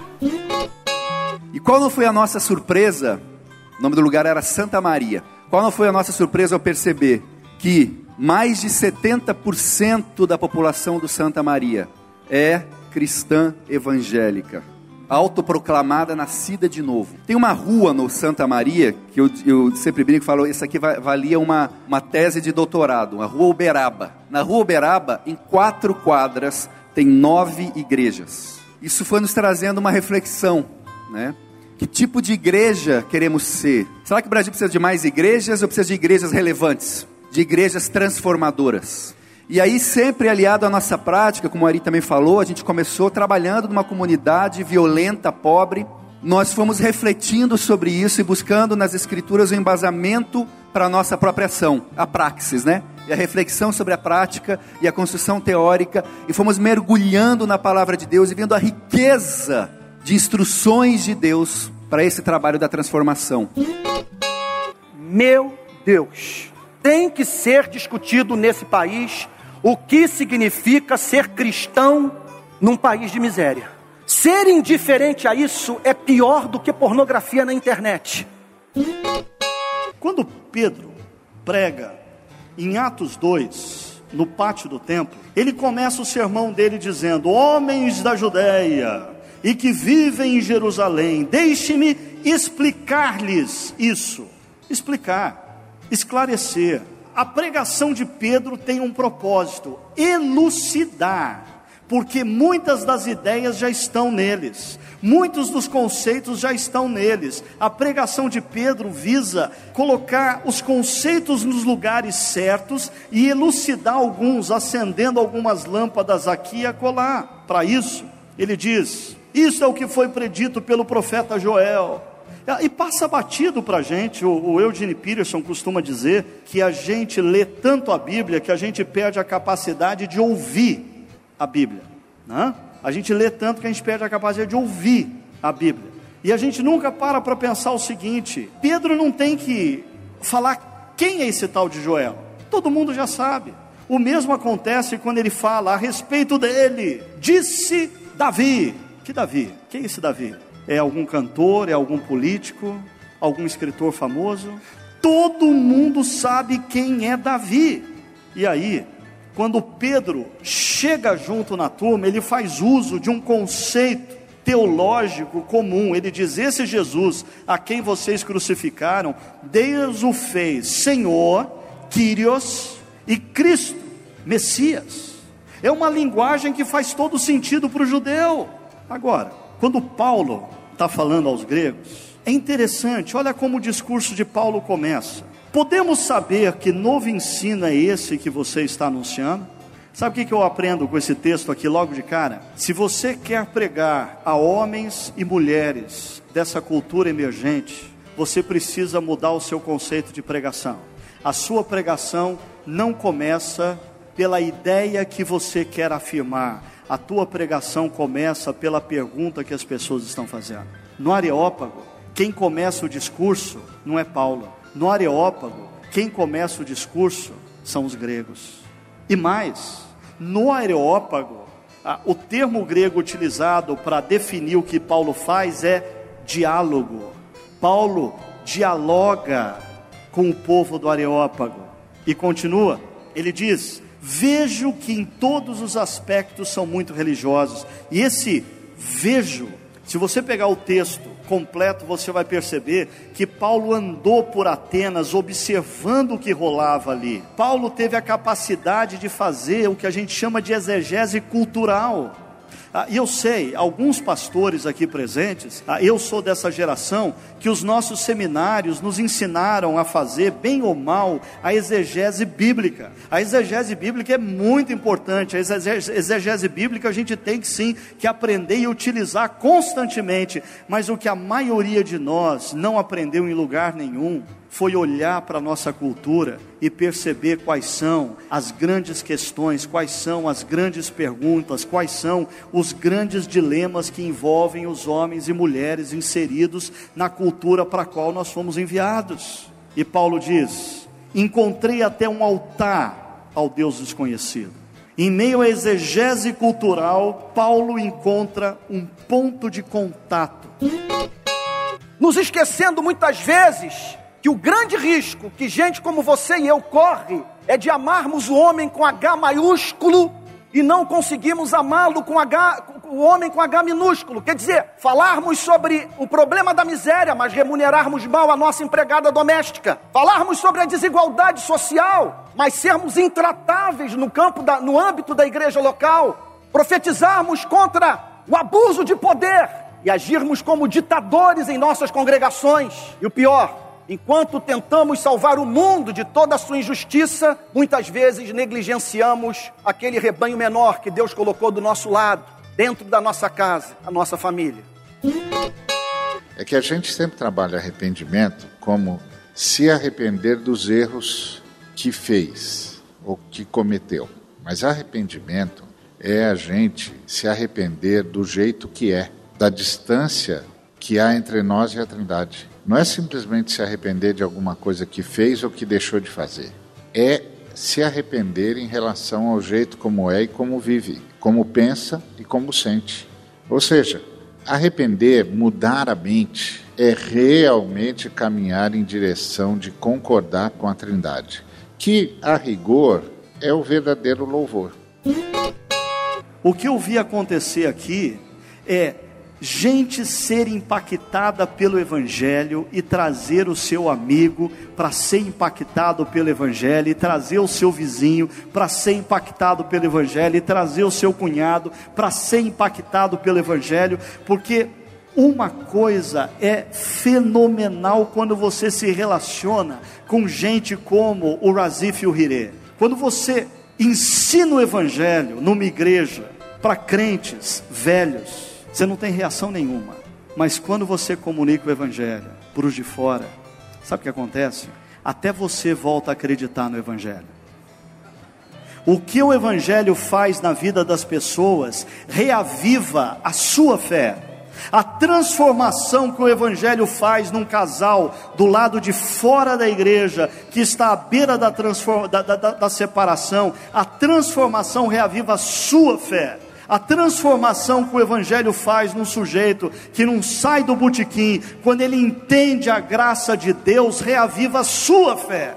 E qual não foi a nossa surpresa? O nome do lugar era Santa Maria. Qual não foi a nossa surpresa ao perceber que mais de 70% da população do Santa Maria é cristã evangélica, autoproclamada, nascida de novo. Tem uma rua no Santa Maria, que eu sempre brinco e falo, isso aqui valia uma tese de doutorado, a Rua Uberaba. Na Rua Uberaba, em 4 quadras, tem 9 igrejas. Isso foi nos trazendo uma reflexão, né? Que tipo de igreja queremos ser? Será que o Brasil precisa de mais igrejas ou precisa de igrejas relevantes? De igrejas transformadoras? E aí, sempre aliado à nossa prática, como o Ari também falou, a gente começou trabalhando numa comunidade violenta, pobre. Nós fomos refletindo sobre isso e buscando nas escrituras o embasamento para a nossa própria ação, a praxis, né? E a reflexão sobre a prática e a construção teórica, e fomos mergulhando na palavra de Deus e vendo a riqueza de instruções de Deus para esse trabalho da transformação. Meu Deus, tem que ser discutido nesse país o que significa ser cristão num país de miséria. Ser indiferente a isso é pior do que pornografia na internet. Quando Pedro prega em Atos 2, no pátio do templo, ele começa o sermão dele dizendo: homens da Judéia e que vivem em Jerusalém, deixe-me explicar-lhes isso. Explicar, esclarecer. A pregação de Pedro tem um propósito: elucidar, porque muitas das ideias já estão neles, muitos dos conceitos já estão neles. A pregação de Pedro visa colocar os conceitos nos lugares certos e elucidar alguns, acendendo algumas lâmpadas aqui e acolá. Para isso, ele diz: isso é o que foi predito pelo profeta Joel. E passa batido para a gente. O Eugene Peterson costuma dizer que a gente lê tanto a Bíblia que a gente perde a capacidade de ouvir a Bíblia, né? A gente lê tanto que a gente perde a capacidade de ouvir a Bíblia. E a gente nunca para pensar o seguinte: Pedro não tem que falar quem é esse tal de Joel. Todo mundo já sabe. O mesmo acontece quando ele fala a respeito dele. Disse Davi. Que Davi? Quem é esse Davi? É algum cantor, é algum político, algum escritor famoso? Todo mundo sabe quem é Davi. E aí, quando Pedro chega junto na turma, ele faz uso de um conceito teológico comum. Ele diz: esse Jesus a quem vocês crucificaram, Deus o fez Senhor, Kyrios, e Cristo, Messias. É uma linguagem que faz todo sentido para o judeu. Agora, quando Paulo está falando aos gregos, é interessante, olha como o discurso de Paulo começa: podemos saber que novo ensino é esse que você está anunciando? Sabe o que eu aprendo com esse texto aqui logo de cara? Se você quer pregar a homens e mulheres dessa cultura emergente, você precisa mudar o seu conceito de pregação. A sua pregação não começa pela ideia que você quer afirmar. A tua pregação começa pela pergunta que as pessoas estão fazendo. No Areópago, quem começa o discurso não é Paulo. No Areópago, quem começa o discurso são os gregos. E mais, no Areópago, o termo grego utilizado para definir o que Paulo faz é diálogo. Paulo dialoga com o povo do Areópago. E continua, ele diz: vejo que em todos os aspectos são muito religiosos. E esse vejo, se você pegar o texto completo, você vai perceber que Paulo andou por Atenas observando o que rolava ali. Paulo teve a capacidade de fazer o que a gente chama de exegese cultural. E eu sei, alguns pastores aqui presentes, eu sou dessa geração que os nossos seminários nos ensinaram a fazer, bem ou mal, a exegese bíblica. A exegese bíblica é muito importante. A exegese bíblica a gente tem que sim, que aprender e utilizar constantemente. Mas o que a maioria de nós não aprendeu em lugar nenhum foi olhar para a nossa cultura e perceber quais são as grandes questões, quais são as grandes perguntas, quais são os grandes dilemas que envolvem os homens e mulheres inseridos na cultura para a qual nós fomos enviados. E Paulo diz: encontrei até um altar ao Deus desconhecido. Em meio à exegese cultural, Paulo encontra um ponto de contato. Nos esquecendo muitas vezes que o grande risco que gente como você e eu corre é de amarmos o homem com H maiúsculo e não conseguimos amá-lo com o homem com H minúsculo. Quer dizer, falarmos sobre o problema da miséria, mas remunerarmos mal a nossa empregada doméstica. Falarmos sobre a desigualdade social, mas sermos intratáveis no âmbito da igreja local. Profetizarmos contra o abuso de poder e agirmos como ditadores em nossas congregações. E o pior, enquanto tentamos salvar o mundo de toda a sua injustiça, muitas vezes negligenciamos aquele rebanho menor que Deus colocou do nosso lado, dentro da nossa casa, a nossa família. É que a gente sempre trabalha arrependimento como se arrepender dos erros que fez ou que cometeu. Mas arrependimento é a gente se arrepender do jeito que é, da distância que há entre nós e a Trindade. Não é simplesmente se arrepender de alguma coisa que fez ou que deixou de fazer. É se arrepender em relação ao jeito como é e como vive, como pensa e como sente. Ou seja, arrepender, mudar a mente, é realmente caminhar em direção de concordar com a Trindade, que, a rigor, é o verdadeiro louvor. O que eu vi acontecer aqui é gente ser impactada pelo Evangelho e trazer o seu amigo para ser impactado pelo Evangelho, e trazer o seu vizinho para ser impactado pelo Evangelho, e trazer o seu cunhado para ser impactado pelo Evangelho, porque uma coisa é fenomenal quando você se relaciona com gente como o Razif e o Hiré. Quando você ensina o Evangelho numa igreja para crentes velhos, você não tem reação nenhuma. Mas quando você comunica o Evangelho para os de fora, sabe o que acontece? Até você volta a acreditar no Evangelho. O que o Evangelho faz na vida das pessoas reaviva a sua fé. A transformação que o Evangelho faz num casal do lado de fora da igreja, que está à beira da separação, a transformação reaviva a sua fé. A transformação que o Evangelho faz num sujeito que não sai do botequim, quando ele entende a graça de Deus, reaviva a sua fé.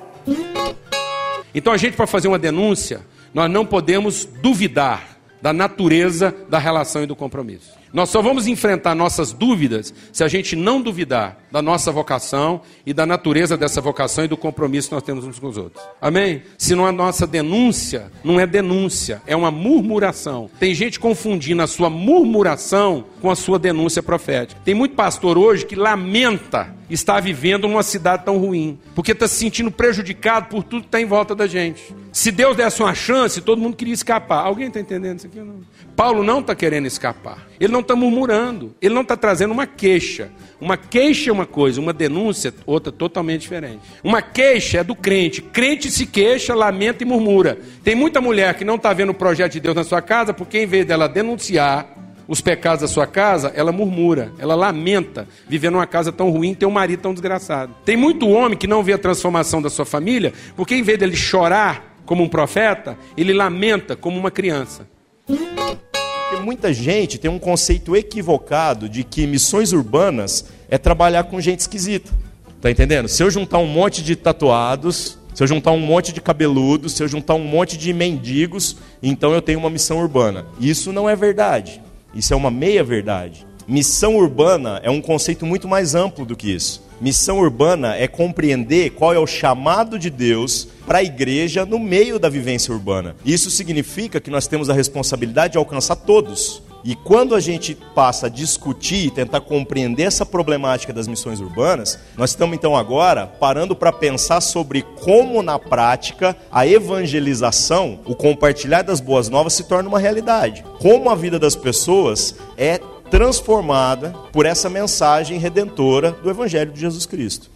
Então a gente, para fazer uma denúncia, nós não podemos duvidar da natureza da relação e do compromisso. Nós só vamos enfrentar nossas dúvidas se a gente não duvidar da nossa vocação e da natureza dessa vocação e do compromisso que nós temos uns com os outros. Amém? Senão a nossa denúncia não é denúncia, é uma murmuração. Tem gente confundindo a sua murmuração com a sua denúncia profética. Tem muito pastor hoje que lamenta está vivendo numa cidade tão ruim, porque está se sentindo prejudicado por tudo que está em volta da gente. Se Deus desse uma chance, todo mundo queria escapar. Alguém está entendendo isso aqui ou não? Paulo não está querendo escapar, ele não está murmurando, ele não está trazendo uma queixa. Uma queixa é uma coisa, uma denúncia outra totalmente diferente. Uma queixa é do crente, crente se queixa, lamenta e murmura. Tem muita mulher que não está vendo o projeto de Deus na sua casa, porque em vez dela denunciar os pecados da sua casa, ela murmura, ela lamenta viver numa casa tão ruim, ter um marido tão desgraçado. Tem muito homem que não vê a transformação da sua família, porque em vez dele chorar como um profeta, ele lamenta como uma criança. Porque muita gente tem um conceito equivocado de que missões urbanas é trabalhar com gente esquisita. Tá entendendo? Se eu juntar um monte de tatuados, se eu juntar um monte de cabeludos, se eu juntar um monte de mendigos, então eu tenho uma missão urbana. Isso não é verdade. Isso é uma meia-verdade. Missão urbana é um conceito muito mais amplo do que isso. Missão urbana é compreender qual é o chamado de Deus para a igreja no meio da vivência urbana. Isso significa que nós temos a responsabilidade de alcançar todos. E quando a gente passa a discutir e tentar compreender essa problemática das missões urbanas, nós estamos então agora parando para pensar sobre como na prática a evangelização, o compartilhar das boas novas se torna uma realidade. Como a vida das pessoas é transformada por essa mensagem redentora do Evangelho de Jesus Cristo.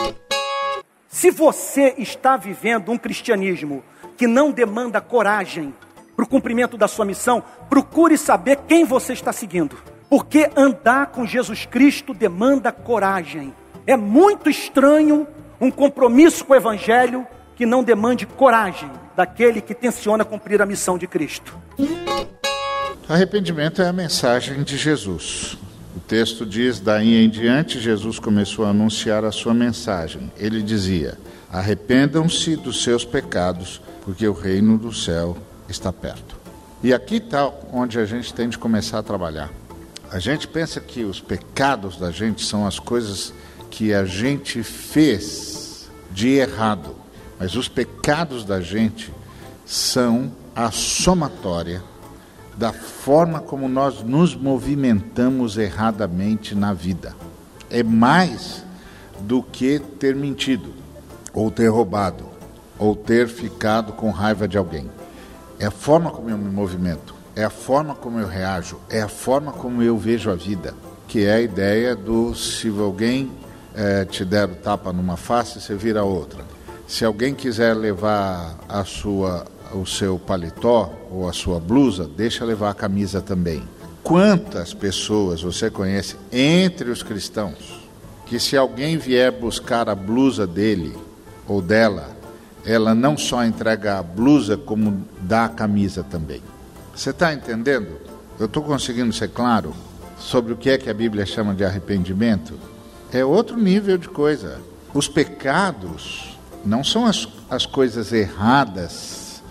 Se você está vivendo um cristianismo que não demanda coragem para o cumprimento da sua missão, procure saber quem você está seguindo. Porque andar com Jesus Cristo demanda coragem. É muito estranho um compromisso com o Evangelho que não demande coragem daquele que tenciona cumprir a missão de Cristo. Arrependimento é a mensagem de Jesus. O texto diz, daí em diante, Jesus começou a anunciar a sua mensagem. Ele dizia, arrependam-se dos seus pecados, porque o reino do céu está perto. E aqui está onde a gente tem de começar a trabalhar. A gente pensa que os pecados da gente são as coisas que a gente fez de errado. Mas os pecados da gente são a somatória da forma como nós nos movimentamos erradamente na vida. É mais do que ter mentido, ou ter roubado, ou ter ficado com raiva de alguém. É a forma como eu me movimento, é a forma como eu reajo, é a forma como eu vejo a vida, que é a ideia do se alguém te der o tapa numa face, você vira outra. Se alguém quiser levar o seu paletó ou a sua blusa, deixa levar a camisa também. Quantas pessoas você conhece entre os cristãos que se alguém vier buscar a blusa dele ou dela, ela não só entrega a blusa como dá a camisa também? Você está entendendo? Eu estou conseguindo ser claro sobre o que é que a Bíblia chama de arrependimento? É outro nível de coisa. Os pecados não são as coisas erradas,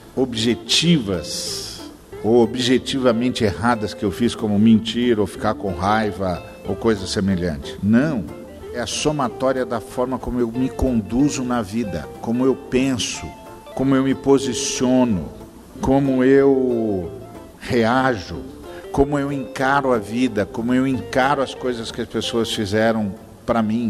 objetivas ou objetivamente erradas que eu fiz, como mentir ou ficar com raiva ou coisa semelhante. Não, é a somatória da forma como eu me conduzo na vida, como eu penso, como eu me posiciono, como eu reajo, como eu encaro a vida, como eu encaro as coisas que as pessoas fizeram para mim.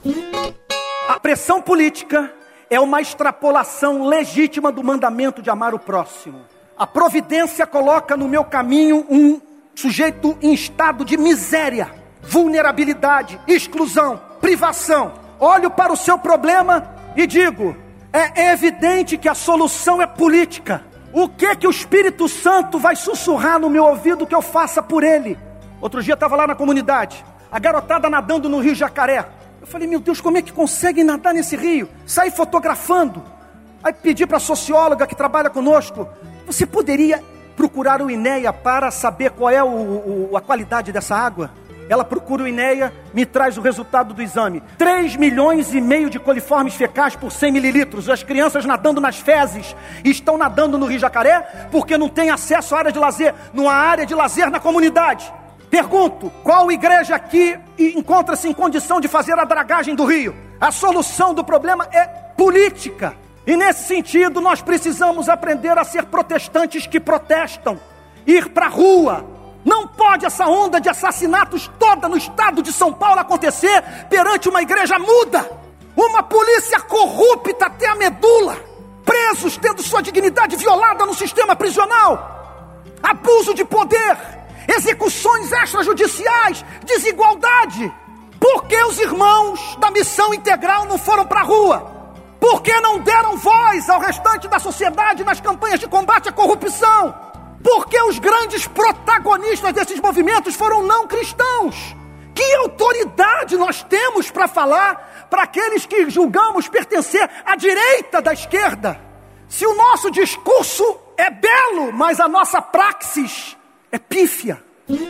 A pressão política é uma extrapolação legítima do mandamento de amar o próximo. A providência coloca no meu caminho um sujeito em estado de miséria, vulnerabilidade, exclusão, privação. Olho para o seu problema e digo, é evidente que a solução é política. O que o Espírito Santo vai sussurrar no meu ouvido que eu faça por ele? Outro dia eu estava lá na comunidade, a garotada nadando no Rio Jacaré. Eu falei, meu Deus, como é que conseguem nadar nesse rio? Saí fotografando. Aí pedi para a socióloga que trabalha conosco, você poderia procurar o INEA para saber qual é a qualidade dessa água? Ela procura o INEA, me traz o resultado do exame. 3,5 milhões de coliformes fecais por 100 mililitros. As crianças nadando nas fezes estão nadando no Rio Jacaré porque não tem acesso à área de lazer. Não há área de lazer na comunidade. Pergunto, qual igreja aqui encontra-se em condição de fazer a dragagem do rio? A solução do problema é política. E nesse sentido nós precisamos aprender a ser protestantes que protestam. Ir para a rua Não pode essa onda de assassinatos toda no estado de São Paulo acontecer perante uma igreja muda. Uma polícia corrupta até a medula. Presos tendo sua dignidade violada no sistema prisional. Abuso de poder. Execuções extrajudiciais. Desigualdade. Por que os irmãos da Missão Integral não foram para a rua? Por que não deram voz ao restante da sociedade nas campanhas de combate à corrupção? Por que os grandes protagonistas desses movimentos foram não cristãos? Que autoridade nós temos para falar para aqueles que julgamos pertencer à direita da esquerda? Se o nosso discurso é belo, mas a nossa praxis é pífia.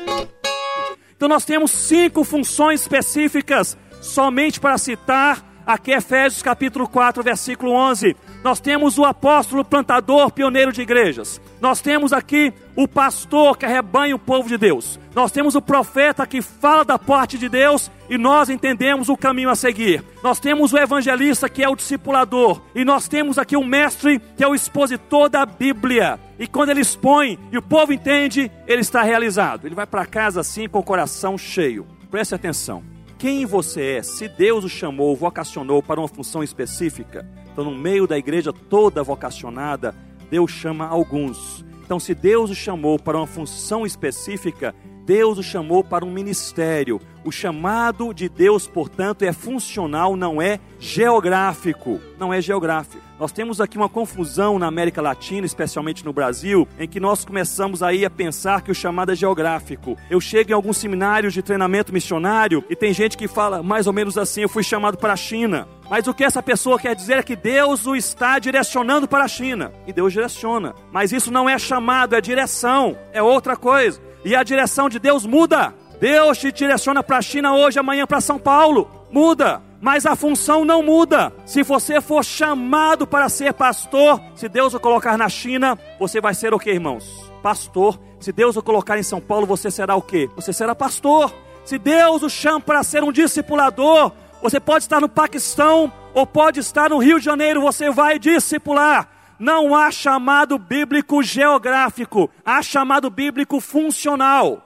Então nós temos 5 funções específicas, somente para citar aqui Efésios capítulo 4, versículo 11. Nós temos o apóstolo plantador, pioneiro de igrejas. Nós temos aqui o pastor que arrebanha o povo de Deus. Nós temos o profeta que fala da parte de Deus e nós entendemos o caminho a seguir. Nós temos o evangelista que é o discipulador. E nós temos aqui o mestre que é o expositor da Bíblia. E quando ele expõe e o povo entende, ele está realizado. Ele vai para casa assim com o coração cheio. Preste atenção. Quem você é? Se Deus o chamou, vocacionou para uma função específica, então no meio da igreja toda vocacionada, Deus chama alguns. Então se Deus o chamou para uma função específica, Deus o chamou para um ministério. O chamado de Deus, portanto, é funcional, não é geográfico. Não é geográfico. Nós temos aqui uma confusão na América Latina, especialmente no Brasil, em que nós começamos aí a pensar que o chamado é geográfico. Eu chego em alguns seminários de treinamento missionário e tem gente que fala mais ou menos assim: eu fui chamado para a China. Mas o que essa pessoa quer dizer é que Deus o está direcionando para a China. E Deus direciona. Mas isso não é chamado, é direção. É outra coisa. E a direção de Deus muda. Deus te direciona para a China hoje, amanhã para São Paulo. Muda. Mas a função não muda. Se você for chamado para ser pastor, se Deus o colocar na China, você vai ser o que, irmãos? Pastor. Se Deus o colocar em São Paulo, você será o quê? Você será pastor. Se Deus o chama para ser um discipulador, você pode estar no Paquistão ou pode estar no Rio de Janeiro, você vai discipular. Não há chamado bíblico geográfico, há chamado bíblico funcional.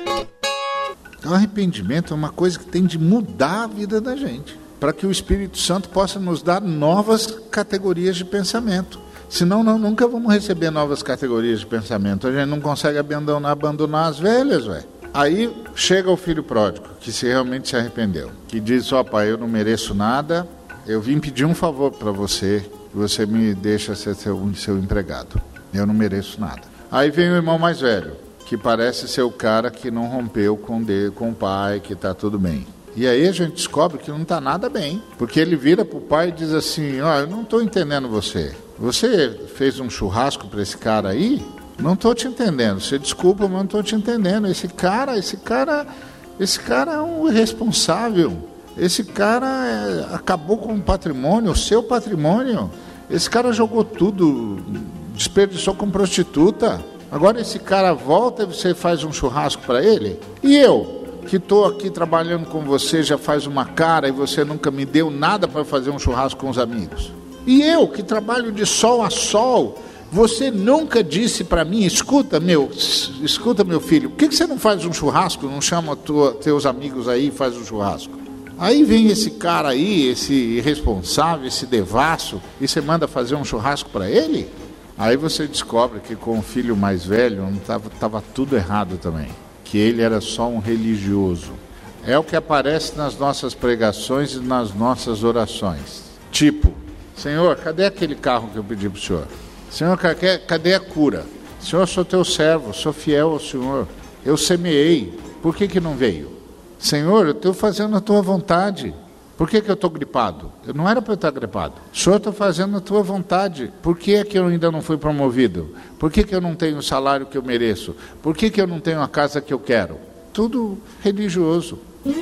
Então, arrependimento é uma coisa que tem de mudar a vida da gente, para que o Espírito Santo possa nos dar novas categorias de pensamento. Senão, nunca vamos receber novas categorias de pensamento. A gente não consegue abandonar as velhas, velho. Aí chega o filho pródigo, que realmente se arrependeu, que diz: ó pai, eu não mereço nada, eu vim pedir um favor para você, você me deixa ser seu empregado, eu não mereço nada. Aí vem o irmão mais velho, que parece ser o cara que não rompeu com o pai, que está tudo bem. E aí a gente descobre que não está nada bem, porque ele vira para o pai e diz assim: ó, eu não estou entendendo você fez um churrasco para esse cara aí? Não estou te entendendo, você desculpa, mas não estou te entendendo. Esse cara é um irresponsável. Esse cara acabou com o patrimônio, o seu patrimônio. Esse cara jogou tudo, desperdiçou com prostituta. Agora esse cara volta e você faz um churrasco para ele? E eu, que estou aqui trabalhando com você já faz uma cara e você nunca me deu nada para fazer um churrasco com os amigos? E eu, que trabalho de sol a sol, você nunca disse para mim: escuta meu filho, por que você não faz um churrasco, não chama teus amigos aí e faz um churrasco? Aí vem esse cara aí, esse irresponsável, esse devasso, e você manda fazer um churrasco para ele? Aí você descobre que com o filho mais velho estava tudo errado também, que ele era só um religioso. É o que aparece nas nossas pregações e nas nossas orações. Tipo: Senhor, cadê aquele carro que eu pedi para o Senhor? Senhor, cadê a cura? Senhor, sou teu servo, sou fiel ao Senhor. Eu semeei, por que não veio? Senhor, eu estou fazendo a tua vontade. Por que eu estou gripado? Eu não era para eu estar gripado. Senhor, estou fazendo a tua vontade. Por que é que eu ainda não fui promovido? Por que eu não tenho o salário que eu mereço? Por que eu não tenho a casa que eu quero? Tudo religioso.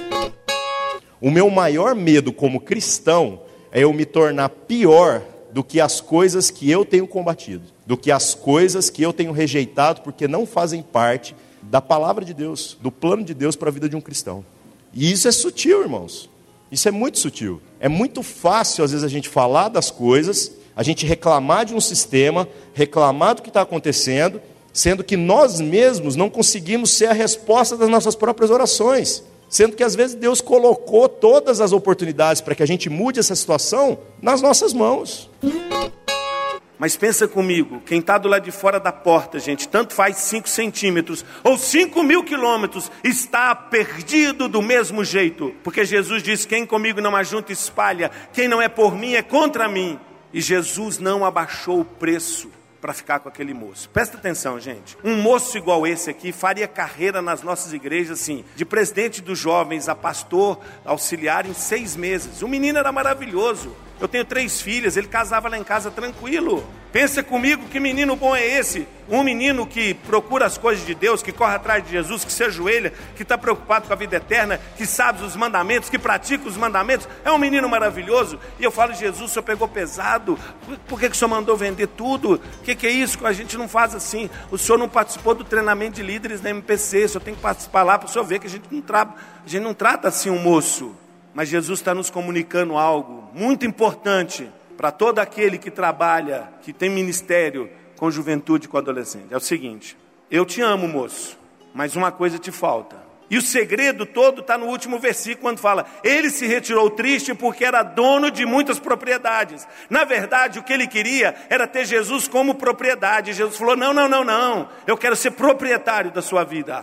O meu maior medo como cristão é eu me tornar pior do que as coisas que eu tenho combatido, do que as coisas que eu tenho rejeitado porque não fazem parte da palavra de Deus, do plano de Deus para a vida de um cristão. E isso é sutil, irmãos. Isso é muito sutil. É muito fácil, às vezes, a gente falar das coisas, a gente reclamar de um sistema, reclamar do que está acontecendo, sendo que nós mesmos não conseguimos ser a resposta das nossas próprias orações, sendo que às vezes Deus colocou todas as oportunidades para que a gente mude essa situação nas nossas mãos. Mas pensa comigo, quem está do lado de fora da porta, gente, tanto faz 5 centímetros ou 5.000 quilômetros, está perdido do mesmo jeito. Porque Jesus diz, quem comigo não ajunta espalha, quem não é por mim é contra mim. E Jesus não abaixou o preço para ficar com aquele moço. Presta atenção, gente. Um moço igual esse aqui faria carreira nas nossas igrejas, assim, de presidente dos jovens a pastor auxiliar em 6 meses. O menino era maravilhoso. Eu tenho 3 filhas, ele casava lá em casa tranquilo. Pensa comigo, que menino bom é esse? Um menino que procura as coisas de Deus, que corre atrás de Jesus, que se ajoelha, que está preocupado com a vida eterna, que sabe os mandamentos, que pratica os mandamentos. É um menino maravilhoso. E eu falo, Jesus, o senhor pegou pesado. Por que o senhor mandou vender tudo? O que é isso? A gente não faz assim. O senhor não participou do treinamento de líderes da MPC. O senhor tem que participar lá para o senhor ver que a gente não trata assim um moço. Mas Jesus está nos comunicando algo muito importante para todo aquele que trabalha, que tem ministério com juventude, com adolescente. É o seguinte, eu te amo, moço, mas uma coisa te falta. E o segredo todo está no último versículo, quando fala, ele se retirou triste porque era dono de muitas propriedades. Na verdade, o que ele queria era ter Jesus como propriedade. E Jesus falou, não, eu quero ser proprietário da sua vida.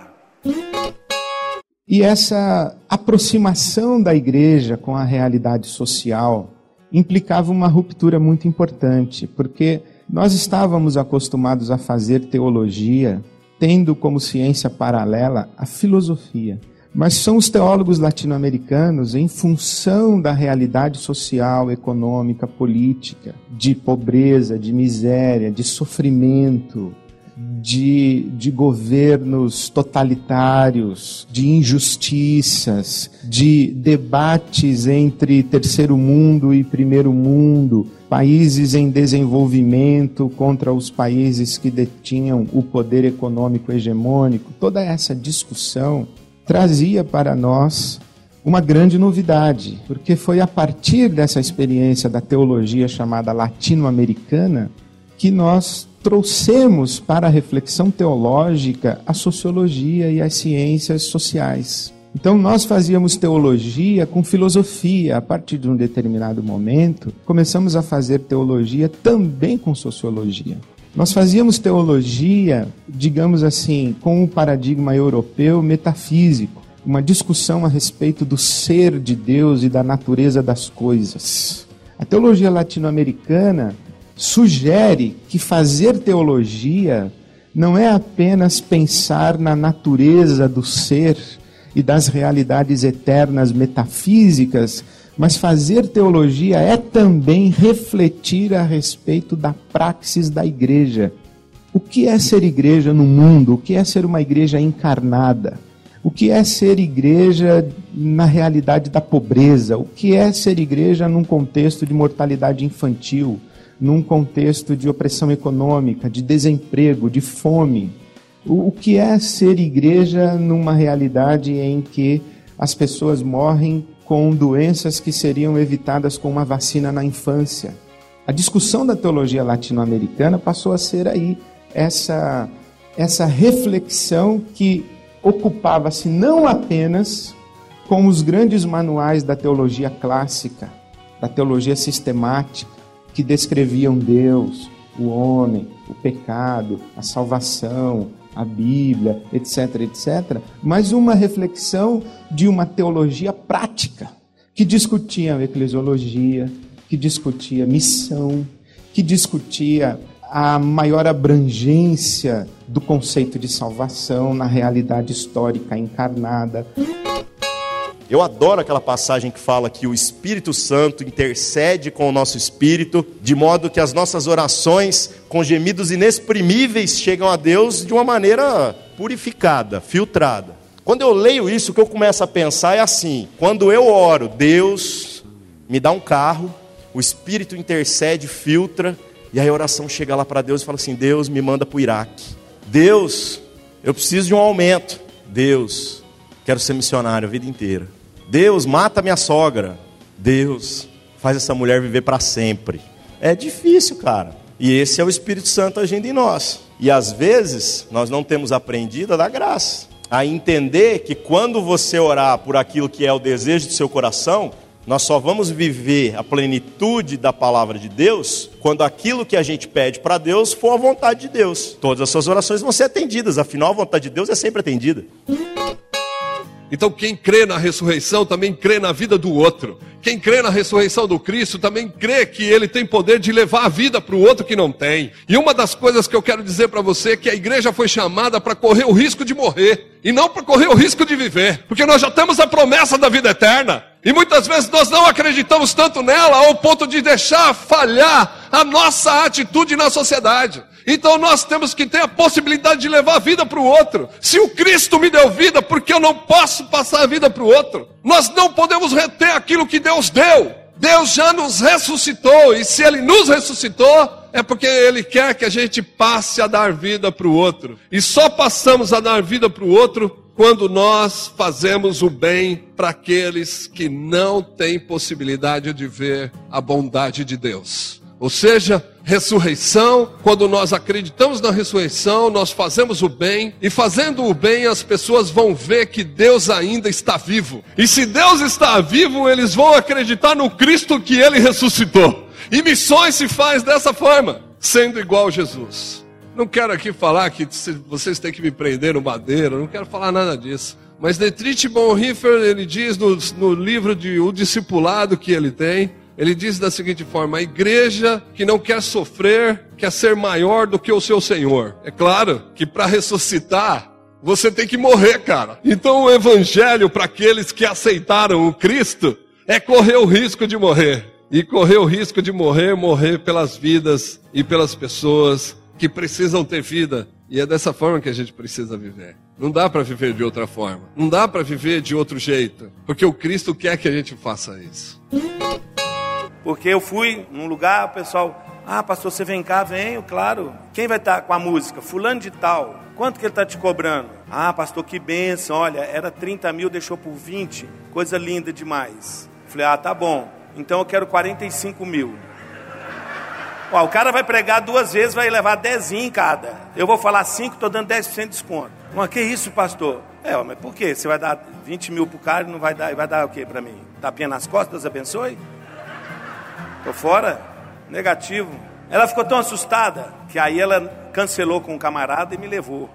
E essa aproximação da igreja com a realidade social implicava uma ruptura muito importante, porque nós estávamos acostumados a fazer teologia, tendo como ciência paralela a filosofia. Mas são os teólogos latino-americanos, em função da realidade social, econômica, política, de pobreza, de miséria, de sofrimento, de governos totalitários, de injustiças, de debates entre terceiro mundo e primeiro mundo, países em desenvolvimento contra os países que detinham o poder econômico hegemônico. Toda essa discussão trazia para nós uma grande novidade, porque foi a partir dessa experiência da teologia chamada latino-americana que nós trouxemos para a reflexão teológica a sociologia e as ciências sociais. Então nós fazíamos teologia com filosofia. A partir de um determinado momento, começamos a fazer teologia também com sociologia. Nós fazíamos teologia, digamos assim, com o paradigma europeu metafísico, uma discussão a respeito do ser de Deus e da natureza das coisas. A teologia latino-americana sugere que fazer teologia não é apenas pensar na natureza do ser e das realidades eternas metafísicas, mas fazer teologia é também refletir a respeito da praxis da igreja. O que é ser igreja no mundo? O que é ser uma igreja encarnada? O que é ser igreja na realidade da pobreza? O que é ser igreja num contexto de mortalidade infantil? Num contexto de opressão econômica, de desemprego, de fome. O que é ser igreja numa realidade em que as pessoas morrem com doenças que seriam evitadas com uma vacina na infância? A discussão da teologia latino-americana passou a ser aí essa reflexão que ocupava-se não apenas com os grandes manuais da teologia clássica, da teologia sistemática, que descreviam Deus, o homem, o pecado, a salvação, a Bíblia, etc., etc., mas uma reflexão de uma teologia prática, que discutia eclesiologia, que discutia missão, que discutia a maior abrangência do conceito de salvação na realidade histórica encarnada. Eu adoro aquela passagem que fala que o Espírito Santo intercede com o nosso espírito, de modo que as nossas orações, com gemidos inexprimíveis, chegam a Deus de uma maneira purificada, filtrada. Quando eu leio isso, o que eu começo a pensar é assim: quando eu oro, Deus me dá um carro, o Espírito intercede, filtra, e aí a oração chega lá para Deus e fala assim: Deus, me manda para o Iraque. Deus, eu preciso de um aumento. Deus, quero ser missionário a vida inteira. Deus, mata minha sogra. Deus, faz essa mulher viver para sempre. É difícil, cara. E esse é o Espírito Santo agindo em nós. E às vezes nós não temos aprendido a dar graça, a entender que quando você orar por aquilo que é o desejo do seu coração, nós só vamos viver a plenitude da palavra de Deus quando aquilo que a gente pede para Deus for a vontade de Deus. Todas as suas orações vão ser atendidas, afinal a vontade de Deus é sempre atendida. Então quem crê na ressurreição também crê na vida do outro. Quem crê na ressurreição do Cristo também crê que ele tem poder de levar a vida para o outro que não tem. E uma das coisas que eu quero dizer para você é que a igreja foi chamada para correr o risco de morrer e não para correr o risco de viver. Porque nós já temos a promessa da vida eterna. E muitas vezes nós não acreditamos tanto nela ao ponto de deixar falhar a nossa atitude na sociedade. Então nós temos que ter a possibilidade de levar a vida para o outro. Se o Cristo me deu vida, por que eu não posso passar a vida para o outro? Nós não podemos reter aquilo que Deus deu. Deus já nos ressuscitou, e se Ele nos ressuscitou, é porque Ele quer que a gente passe a dar vida para o outro. E só passamos a dar vida para o outro quando nós fazemos o bem para aqueles que não têm possibilidade de ver a bondade de Deus. Ou seja, ressurreição, quando nós acreditamos na ressurreição, nós fazemos o bem, e fazendo o bem as pessoas vão ver que Deus ainda está vivo. E se Deus está vivo, eles vão acreditar no Cristo que Ele ressuscitou. E missões se faz dessa forma, sendo igual a Jesus. Não quero aqui falar que vocês têm que me prender no madeiro, não quero falar nada disso. Mas Dietrich Bonhoeffer, ele diz no livro de O Discipulado que ele tem, ele diz da seguinte forma: a igreja que não quer sofrer, quer ser maior do que o seu Senhor. É claro que para ressuscitar, você tem que morrer, cara. Então o evangelho para aqueles que aceitaram o Cristo é correr o risco de morrer. E correr o risco de morrer pelas vidas e pelas pessoas que precisam ter vida. E é dessa forma que a gente precisa viver. Não dá para viver de outra forma. Não dá para viver de outro jeito. Porque o Cristo quer que a gente faça isso. Porque eu fui num lugar, o pessoal, pastor, você vem cá? Venho, claro. Quem vai estar com a música? Fulano de tal. Quanto que ele está te cobrando? Pastor, que bênção, olha, era 30 mil, deixou por 20. Coisa linda demais. Falei, tá bom. Então eu quero 45 mil. O cara vai pregar 2 vezes, vai levar 10 em cada. Eu vou falar 5, estou dando 10% de desconto. Que isso, pastor? Mas por quê? Você vai dar 20 mil para o cara e não vai dar o quê para mim? Tapinha nas costas, Deus abençoe? Tô fora? Negativo. Ela ficou tão assustada que aí ela cancelou com um camarada e me levou.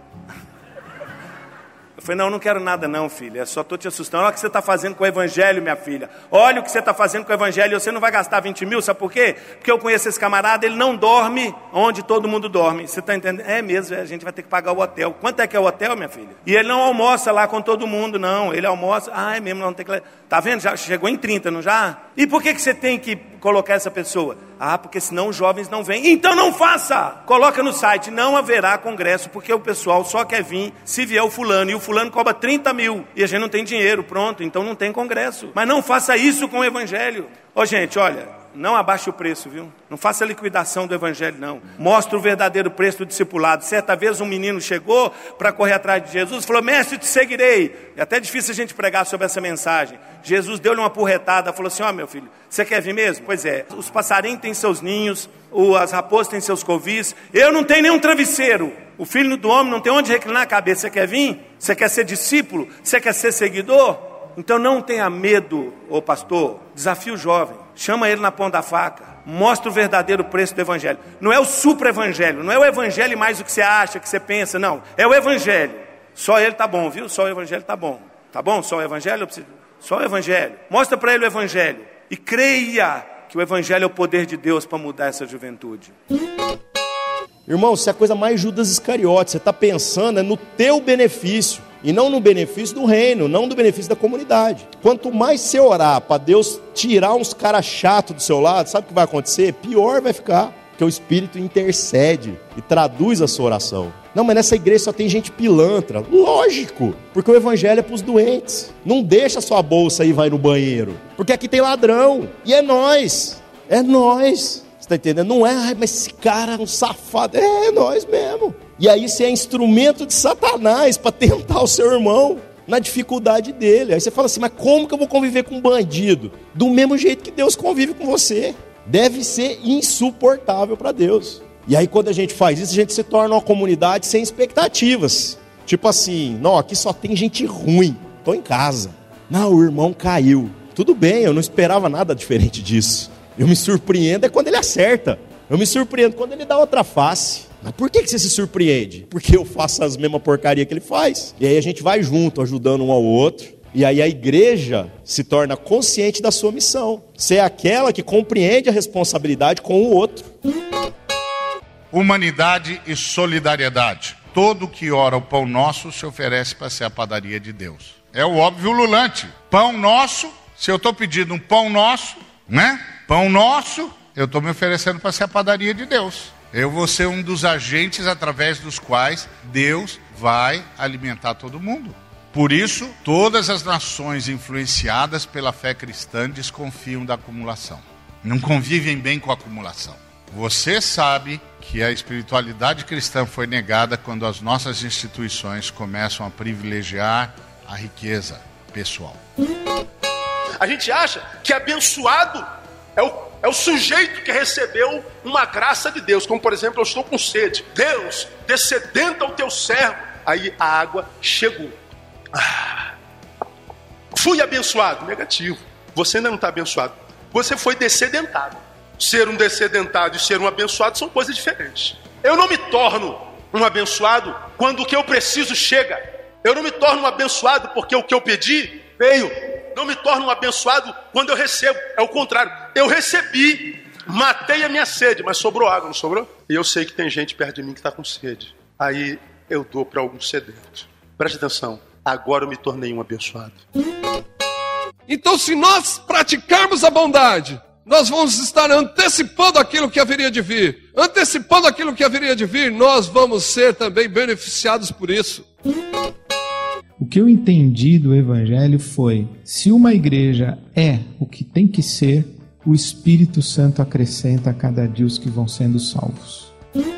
Eu falei, não quero nada não, filha, só estou te assustando. Olha o que você está fazendo com o evangelho, minha filha. Olha o que você está fazendo com o evangelho. Você não vai gastar 20 mil, sabe por quê? Porque eu conheço esse camarada, ele não dorme onde todo mundo dorme. Você está entendendo? É mesmo, a gente vai ter que pagar o hotel. Quanto é que é o hotel, minha filha? E ele não almoça lá com todo mundo, não. Ele almoça, é mesmo, não tem que... Tá vendo? Já chegou em 30, não já? E por que você tem que colocar essa pessoa? Porque senão os jovens não vêm. Então não faça! Coloca no site, não haverá congresso, porque o pessoal só quer vir se vier o fulano. E o fulano cobra 30 mil. E a gente não tem dinheiro, pronto, então não tem congresso. Mas não faça isso com o evangelho. Gente, olha, não abaixe o preço, viu? Não faça liquidação do evangelho, não. Mostra o verdadeiro preço do discipulado. Certa vez um menino chegou para correr atrás de Jesus e falou, mestre, te seguirei. É até difícil a gente pregar sobre essa mensagem. Jesus deu-lhe uma porretada, falou assim, meu filho, você quer vir mesmo? Pois é, os passarinhos têm seus ninhos, as raposas têm seus covis, eu não tenho nenhum travesseiro. O filho do homem não tem onde reclinar a cabeça. Você quer vir? Você quer ser discípulo? Você quer ser seguidor? Então não tenha medo, pastor, desafia o jovem, chama ele na ponta da faca, mostra o verdadeiro preço do evangelho. Não é o supra-evangelho, não é o evangelho mais o que você acha, que você pensa, não, é o evangelho. Só ele tá bom, viu? Só o evangelho tá bom. Tá bom? Só o evangelho? Só o evangelho. Mostra para ele o evangelho e creia que o evangelho é o poder de Deus para mudar essa juventude. Irmão, isso é a coisa mais Judas Iscariote. Você está pensando no teu benefício e não no benefício do reino, não do benefício da comunidade. Quanto mais você orar para Deus tirar uns caras chatos do seu lado, sabe o que vai acontecer? Pior vai ficar, porque o Espírito intercede e traduz a sua oração. Não, mas nessa igreja só tem gente pilantra. Lógico, porque o evangelho é para os doentes. Não deixa sua bolsa e vai no banheiro, porque aqui tem ladrão, e é nós. Tá entendendo? Não é, mas esse cara é um safado. É nós mesmo. E aí você é instrumento de Satanás para tentar o seu irmão na dificuldade dele. Aí você fala assim, mas como que eu vou conviver com um bandido? Do mesmo jeito que Deus convive com você. Deve ser insuportável para Deus. E aí quando a gente faz isso, a gente se torna uma comunidade sem expectativas. Tipo assim, não, aqui só tem gente ruim, tô em casa. Não, o irmão caiu. Tudo bem, eu não esperava nada diferente disso. Eu me surpreendo é quando ele acerta. Eu me surpreendo quando ele dá outra face. Mas por que você se surpreende? Porque eu faço as mesmas porcarias que ele faz. E aí a gente vai junto, ajudando um ao outro. E aí a igreja se torna consciente da sua missão. Ser aquela que compreende a responsabilidade com o outro. Humanidade e solidariedade. Todo que ora o pão nosso se oferece para ser a padaria de Deus. É o óbvio ululante. Pão nosso, se eu estou pedindo um pão nosso, né? Pão nosso, eu estou me oferecendo para ser a padaria de Deus. Eu vou ser um dos agentes através dos quais Deus vai alimentar todo mundo. Por isso, todas as nações influenciadas pela fé cristã desconfiam da acumulação. Não convivem bem com a acumulação. Você sabe que a espiritualidade cristã foi negada quando as nossas instituições começam a privilegiar a riqueza pessoal. A gente acha que abençoado é o sujeito que recebeu uma graça de Deus. Como, por exemplo, eu estou com sede. Deus, descedenta o teu servo. Aí a água chegou. Fui abençoado. Negativo. Você ainda não está abençoado. Você foi descedentado. Ser um descedentado e ser um abençoado são coisas diferentes. Eu não me torno um abençoado quando o que eu preciso chega. Eu não me torno um abençoado porque o que eu pedi veio. Não me torno um abençoado quando eu recebo. É o contrário. Eu recebi, matei a minha sede, mas sobrou água, não sobrou? E eu sei que tem gente perto de mim que está com sede. Aí eu dou para algum sedento. Preste atenção. Agora eu me tornei um abençoado. Então, se nós praticarmos a bondade, nós vamos estar antecipando aquilo que haveria de vir. Antecipando aquilo que haveria de vir, nós vamos ser também beneficiados por isso. O que eu entendi do Evangelho foi, se uma igreja é o que tem que ser, o Espírito Santo acrescenta a cada dia os que vão sendo salvos.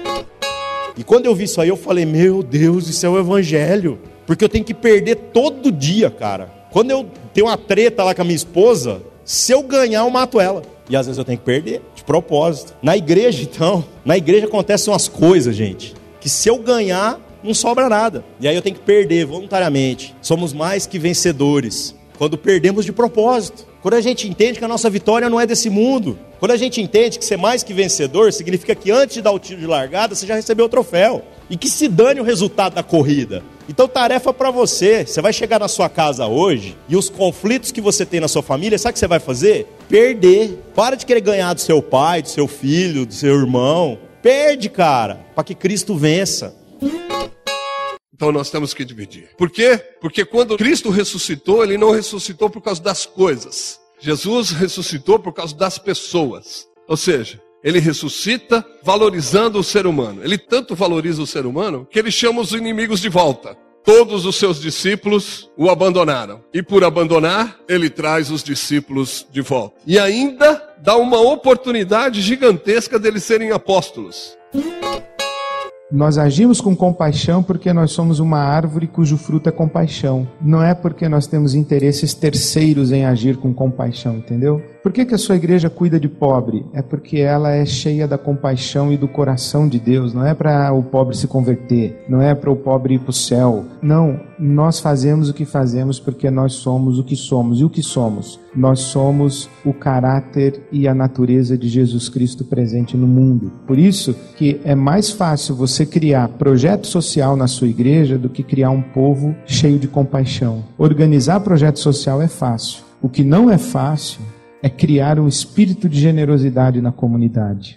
E quando eu vi isso aí, eu falei, meu Deus, isso é o Evangelho. Porque eu tenho que perder todo dia, cara. Quando eu tenho uma treta lá com a minha esposa, se eu ganhar, eu mato ela. E às vezes eu tenho que perder, de propósito. Na igreja, então, na igreja acontecem umas coisas, gente, que se eu ganhar, não sobra nada. E aí eu tenho que perder voluntariamente. Somos mais que vencedores quando perdemos de propósito. Quando a gente entende que a nossa vitória não é desse mundo. Quando a gente entende que ser mais que vencedor significa que antes de dar o tiro de largada, você já recebeu o troféu. E que se dane o resultado da corrida. Então tarefa para você. Você vai chegar na sua casa hoje e os conflitos que você tem na sua família, sabe o que você vai fazer? Perder. Para de querer ganhar do seu pai, do seu filho, do seu irmão. Perde, cara, para que Cristo vença. Então nós temos que dividir. Por quê? Porque quando Cristo ressuscitou, Ele não ressuscitou por causa das coisas. Jesus ressuscitou por causa das pessoas. Ou seja, Ele ressuscita valorizando o ser humano. Ele tanto valoriza o ser humano que Ele chama os inimigos de volta. Todos os seus discípulos o abandonaram. E por abandonar, Ele traz os discípulos de volta. E ainda dá uma oportunidade gigantesca deles serem apóstolos. Nós agimos com compaixão porque nós somos uma árvore cujo fruto é compaixão. Não é porque nós temos interesses terceiros em agir com compaixão, entendeu? Por que a sua igreja cuida de pobre? É porque ela é cheia da compaixão e do coração de Deus. Não é para o pobre se converter, não é para o pobre ir para o céu. Não, nós fazemos o que fazemos porque nós somos o que somos. E o que somos? Nós somos o caráter e a natureza de Jesus Cristo presente no mundo. Por isso que é mais fácil você criar projeto social na sua igreja do que criar um povo cheio de compaixão. Organizar projeto social é fácil. O que não é fácil é criar um espírito de generosidade na comunidade.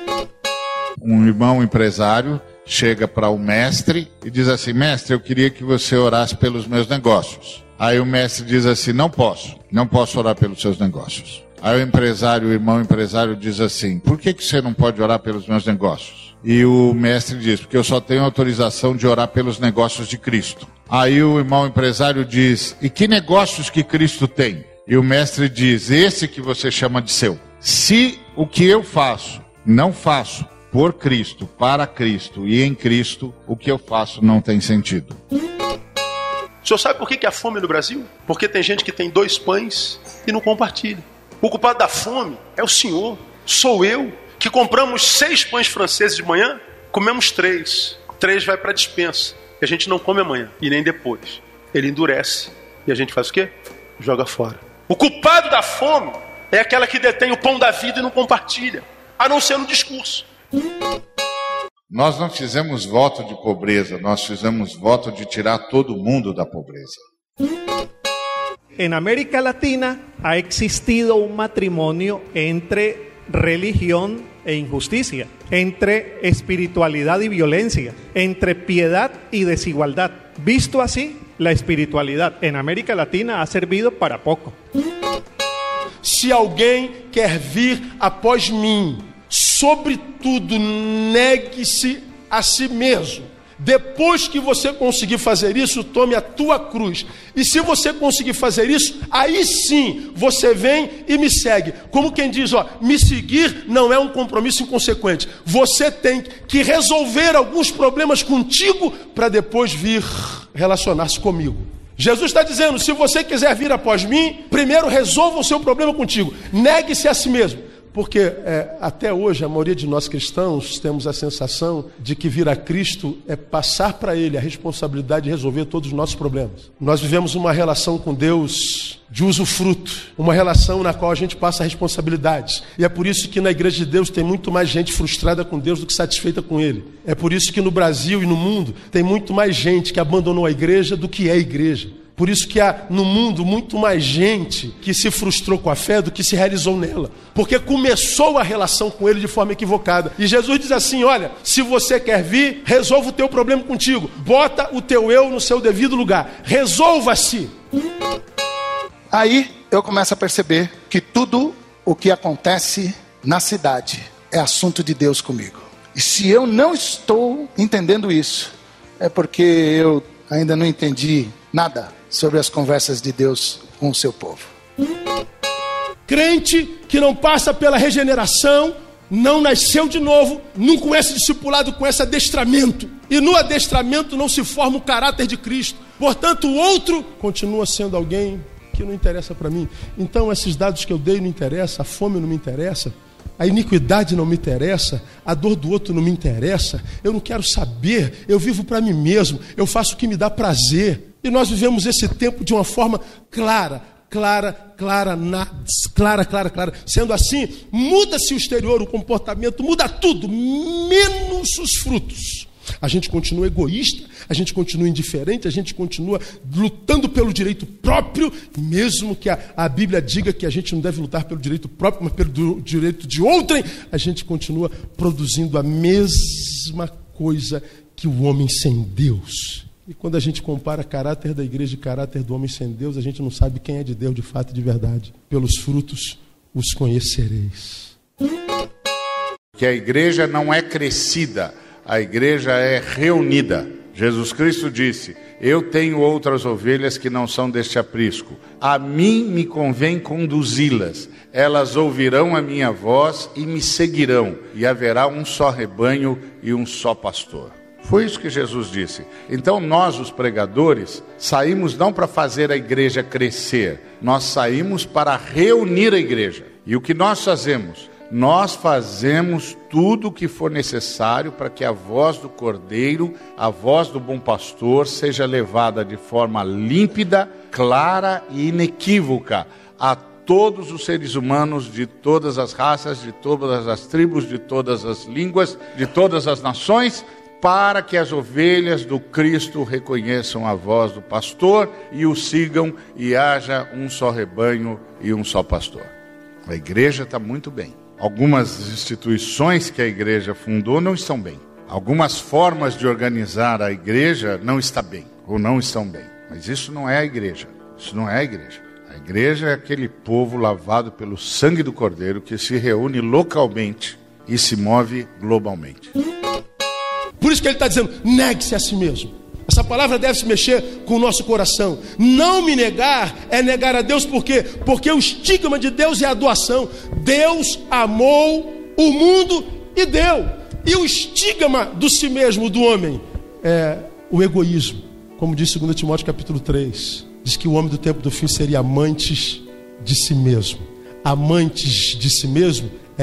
Um irmão empresário chega para o mestre e diz assim: mestre, eu queria que você orasse pelos meus negócios. Aí o mestre diz assim: não posso orar pelos seus negócios. Aí o irmão empresário diz assim: por que você não pode orar pelos meus negócios? E o mestre diz: porque eu só tenho autorização de orar pelos negócios de Cristo. Aí o irmão empresário diz: e que negócios que Cristo tem? E o mestre diz: esse que você chama de seu. Se o que eu faço, não faço por Cristo, para Cristo e em Cristo, o que eu faço não tem sentido. O senhor sabe por que há fome no Brasil? Porque tem gente que tem 2 pães e não compartilha. O culpado da fome é o senhor, sou eu. que compramos 6 pães franceses de manhã, comemos 3. 3 vai para a despensa. E a gente não come amanhã e nem depois. Ele endurece. E a gente faz o quê? Joga fora. O culpado da fome é aquela que detém o pão da vida e não compartilha, a não ser no discurso. Nós não fizemos voto de pobreza, nós fizemos voto de tirar todo mundo da pobreza. En América Latina ha existido un matrimonio entre religión e injusticia, entre espiritualidad y violencia, entre piedad y desigualdad. Visto así, la espiritualidad en América Latina ha servido para poco. Se alguém quer vir após mim, sobretudo negue-se a si mesmo. Depois que você conseguir fazer isso, tome a tua cruz. E se você conseguir fazer isso, aí sim você vem e me segue. Como quem diz, me seguir não é um compromisso inconsequente. Você tem que resolver alguns problemas contigo para depois vir relacionar-se comigo. Jesus está dizendo, se você quiser vir após mim, primeiro resolva o seu problema contigo. Negue-se a si mesmo. Porque até hoje a maioria de nós cristãos temos a sensação de que vir a Cristo é passar para Ele a responsabilidade de resolver todos os nossos problemas. Nós vivemos uma relação com Deus de usufruto, uma relação na qual a gente passa responsabilidades. E é por isso que na Igreja de Deus tem muito mais gente frustrada com Deus do que satisfeita com Ele. É por isso que no Brasil e no mundo tem muito mais gente que abandonou a igreja do que é igreja. Por isso que há no mundo muito mais gente que se frustrou com a fé do que se realizou nela. Porque começou a relação com Ele de forma equivocada. E Jesus diz assim, olha, se você quer vir, resolva o teu problema contigo. Bota o teu eu no seu devido lugar. Resolva-se. Aí eu começo a perceber que tudo o que acontece na cidade é assunto de Deus comigo. E se eu não estou entendendo isso, é porque eu ainda não entendi nada sobre as conversas de Deus com o seu povo. Crente que não passa pela regeneração, não nasceu de novo, não conhece discipulado, conhece adestramento. E no adestramento não se forma o caráter de Cristo. Portanto, o outro continua sendo alguém que não interessa para mim. Então, esses dados que eu dei não interessam, a fome não me interessa, a iniquidade não me interessa, a dor do outro não me interessa, eu não quero saber, eu vivo para mim mesmo, eu faço o que me dá prazer. E nós vivemos esse tempo de uma forma clara. Sendo assim, muda-se o exterior, o comportamento, muda tudo, menos os frutos. A gente continua egoísta, a gente continua indiferente, a gente continua lutando pelo direito próprio, mesmo que a Bíblia diga que a gente não deve lutar pelo direito próprio, mas pelo direito de outrem, a gente continua produzindo a mesma coisa que o homem sem Deus. E quando a gente compara caráter da igreja e caráter do homem sem Deus, a gente não sabe quem é de Deus de fato e de verdade. Pelos frutos os conhecereis. Que a igreja não é crescida, a igreja é reunida. Jesus Cristo disse, eu tenho outras ovelhas que não são deste aprisco. A mim me convém conduzi-las. Elas ouvirão a minha voz e me seguirão. E haverá um só rebanho e um só pastor. Foi isso que Jesus disse. Então nós, os pregadores, saímos não para fazer a igreja crescer. Nós saímos para reunir a igreja. E o que nós fazemos? Nós fazemos tudo o que for necessário para que a voz do Cordeiro, a voz do bom pastor, seja levada de forma límpida, clara e inequívoca a todos os seres humanos de todas as raças, de todas as tribos, de todas as línguas, de todas as nações, para que as ovelhas do Cristo reconheçam a voz do pastor e o sigam e haja um só rebanho e um só pastor. A igreja está muito bem. Algumas instituições que a igreja fundou não estão bem. Algumas formas de organizar a igreja não estão bem, ou não estão bem. Mas isso não é a igreja. Isso não é a igreja. A igreja é aquele povo lavado pelo sangue do Cordeiro que se reúne localmente e se move globalmente. Por isso que ele está dizendo, negue-se a si mesmo. Essa palavra deve se mexer com o nosso coração. Não me negar é negar a Deus, por quê? Porque o estigma de Deus é a doação. Deus amou o mundo e deu. E o estigma do si mesmo, do homem, é o egoísmo. Como diz 2 Timóteo capítulo 3. Diz que o homem do tempo do fim seria amantes de si mesmo. Amantes de si mesmo é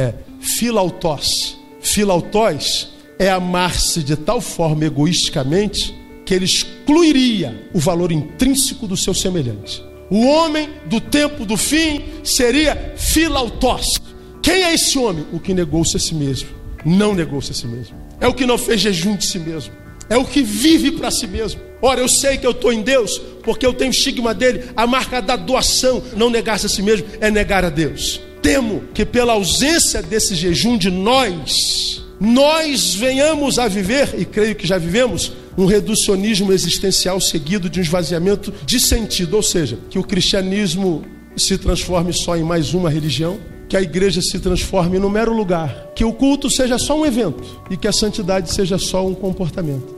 filautós. Filautós é amar-se de tal forma egoisticamente que ele excluiria o valor intrínseco do seu semelhante. O homem do tempo do fim seria filautós. Quem é esse homem? O que negou-se a si mesmo. Não negou-se a si mesmo. É o que não fez jejum de si mesmo. É o que vive para si mesmo. Ora, eu sei que eu estou em Deus porque eu tenho o estigma dele, a marca da doação. Não negar-se a si mesmo é negar a Deus. Temo que pela ausência desse jejum de nós venhamos a viver, e creio que já vivemos, um reducionismo existencial seguido de um esvaziamento de sentido. Ou seja, que o cristianismo se transforme só em mais uma religião, que a igreja se transforme num mero lugar, que o culto seja só um evento e que a santidade seja só um comportamento.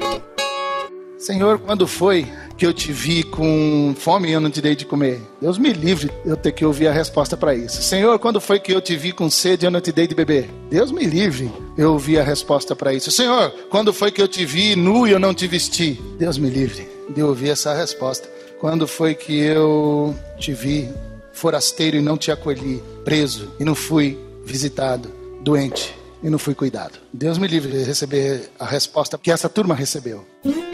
Senhor, quando foi que eu te vi com fome e eu não te dei de comer? Deus me livre eu ter que ouvir a resposta para isso. Senhor, quando foi que eu te vi com sede e eu não te dei de beber? Deus me livre eu ouvir a resposta para isso. Senhor, quando foi que eu te vi nu e eu não te vesti? Deus me livre de ouvir essa resposta. Quando foi que eu te vi forasteiro e não te acolhi, preso e não fui visitado, doente e não fui cuidado? Deus me livre de receber a resposta que essa turma recebeu.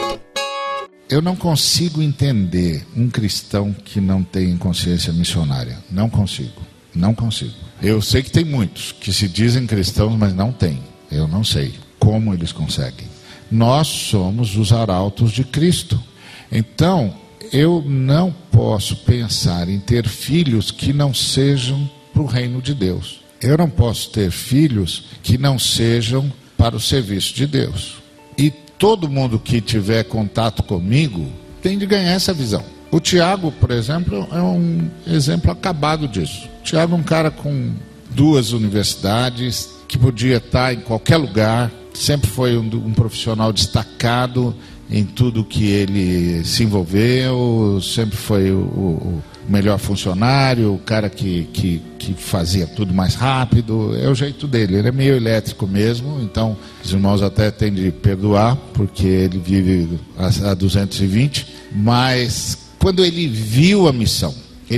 Eu não consigo entender um cristão que não tem consciência missionária. Não consigo. Eu sei que tem muitos que se dizem cristãos, mas não têm. Eu não sei como eles conseguem. Nós somos os arautos de Cristo. Então, eu não posso pensar em ter filhos que não sejam para o reino de Deus. Eu não posso ter filhos que não sejam para o serviço de Deus. E todo mundo que tiver contato comigo tem de ganhar essa visão. O Tiago, por exemplo, é um exemplo acabado disso. O Tiago é um cara com 2 universidades, que podia estar em qualquer lugar, sempre foi um profissional destacado em tudo que ele se envolveu, sempre foi o melhor funcionário, o cara que fazia tudo mais rápido. É o jeito dele, ele é meio elétrico mesmo, então os irmãos até têm de perdoar, porque ele vive a 220, mas quando ele viu a missão,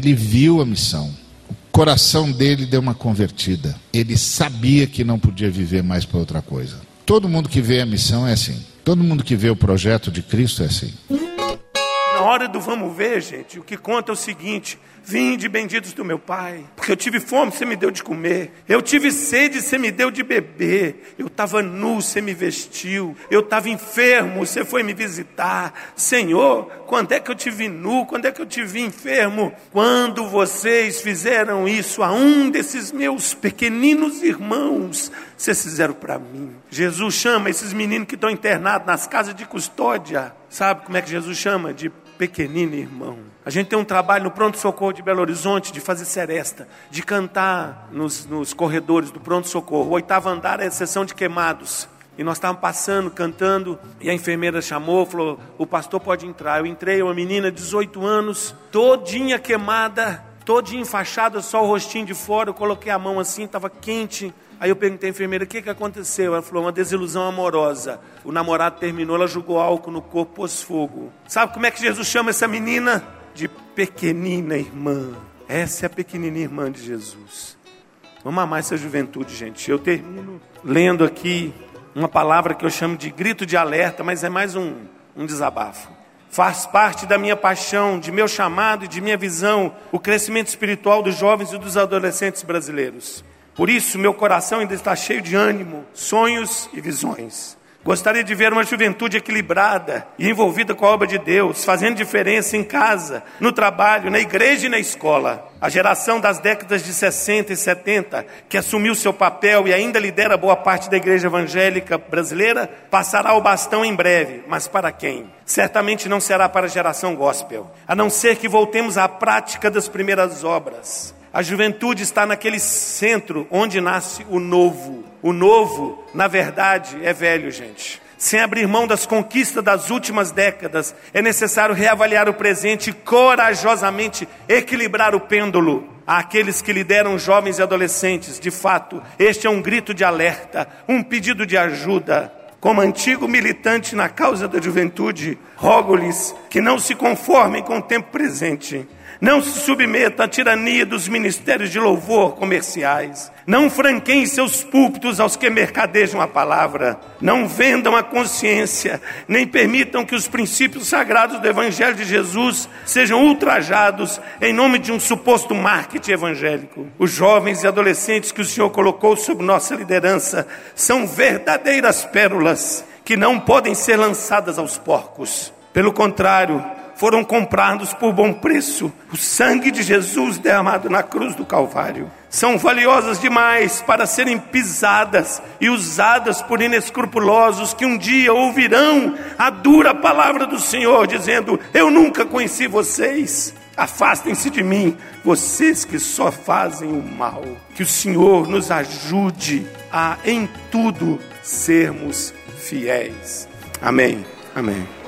o coração dele deu uma convertida, ele sabia que não podia viver mais para outra coisa. Todo mundo que vê a missão é assim. Todo mundo que vê o projeto de Cristo é assim. Na hora do vamos ver, gente, o que conta é o seguinte: vinde benditos do meu Pai, porque eu tive fome, você me deu de comer. Eu tive sede, você me deu de beber. Eu estava nu, você me vestiu. Eu estava enfermo, você foi me visitar. Senhor, quando é que eu te vi nu? Quando é que eu te vi enfermo? Quando vocês fizeram isso a um desses meus pequeninos irmãos, vocês fizeram para mim. Jesus chama esses meninos que estão internados nas casas de custódia. Sabe como é que Jesus chama? De pequenino irmão. A gente tem um trabalho no pronto-socorro de Belo Horizonte de fazer seresta, de cantar nos corredores do pronto-socorro. O 8º andar é a seção de queimados. E nós estávamos passando, cantando, e a enfermeira chamou, falou: o pastor pode entrar. Eu entrei, uma menina de 18 anos, todinha queimada, todinha enfaixada, só o rostinho de fora. Eu coloquei a mão assim, estava quente. Aí eu perguntei à enfermeira: o que aconteceu? Ela falou: uma desilusão amorosa. O namorado terminou, ela jogou álcool no corpo, pôs fogo. Sabe como é que Jesus chama essa menina? De pequenina irmã. Essa é a pequenina irmã de Jesus. Vamos amar essa juventude, gente. Eu termino lendo aqui uma palavra que eu chamo de grito de alerta, mas é mais um desabafo. Faz parte da minha paixão, de meu chamado e de minha visão, o crescimento espiritual dos jovens e dos adolescentes brasileiros. Por isso, meu coração ainda está cheio de ânimo, sonhos e visões. Gostaria de ver uma juventude equilibrada e envolvida com a obra de Deus, fazendo diferença em casa, no trabalho, na igreja e na escola. A geração das décadas de 60 e 70, que assumiu seu papel e ainda lidera boa parte da igreja evangélica brasileira, passará o bastão em breve. Mas para quem? Certamente não será para a geração gospel, a não ser que voltemos à prática das primeiras obras. A juventude está naquele centro onde nasce o novo. O novo, na verdade, é velho, gente. Sem abrir mão das conquistas das últimas décadas, é necessário reavaliar o presente e corajosamente equilibrar o pêndulo. Àqueles que lideram jovens e adolescentes, de fato, este é um grito de alerta, um pedido de ajuda. Como antigo militante na causa da juventude, rogo-lhes que não se conformem com o tempo presente, Não se submeta à tirania dos ministérios de louvor comerciais. Não franqueiem seus púlpitos aos que mercadejam a palavra. Não vendam a consciência, nem permitam que os princípios sagrados do Evangelho de Jesus sejam ultrajados em nome de um suposto marketing evangélico. Os jovens e adolescentes que o Senhor colocou sob nossa liderança são verdadeiras pérolas que não podem ser lançadas aos porcos. Pelo contrário, foram comprados por bom preço. O sangue de Jesus derramado na cruz do Calvário. São valiosas demais para serem pisadas e usadas por inescrupulosos que um dia ouvirão a dura palavra do Senhor dizendo: eu nunca conheci vocês. Afastem-se de mim, vocês que só fazem o mal. Que o Senhor nos ajude a em tudo sermos fiéis. Amém. Amém.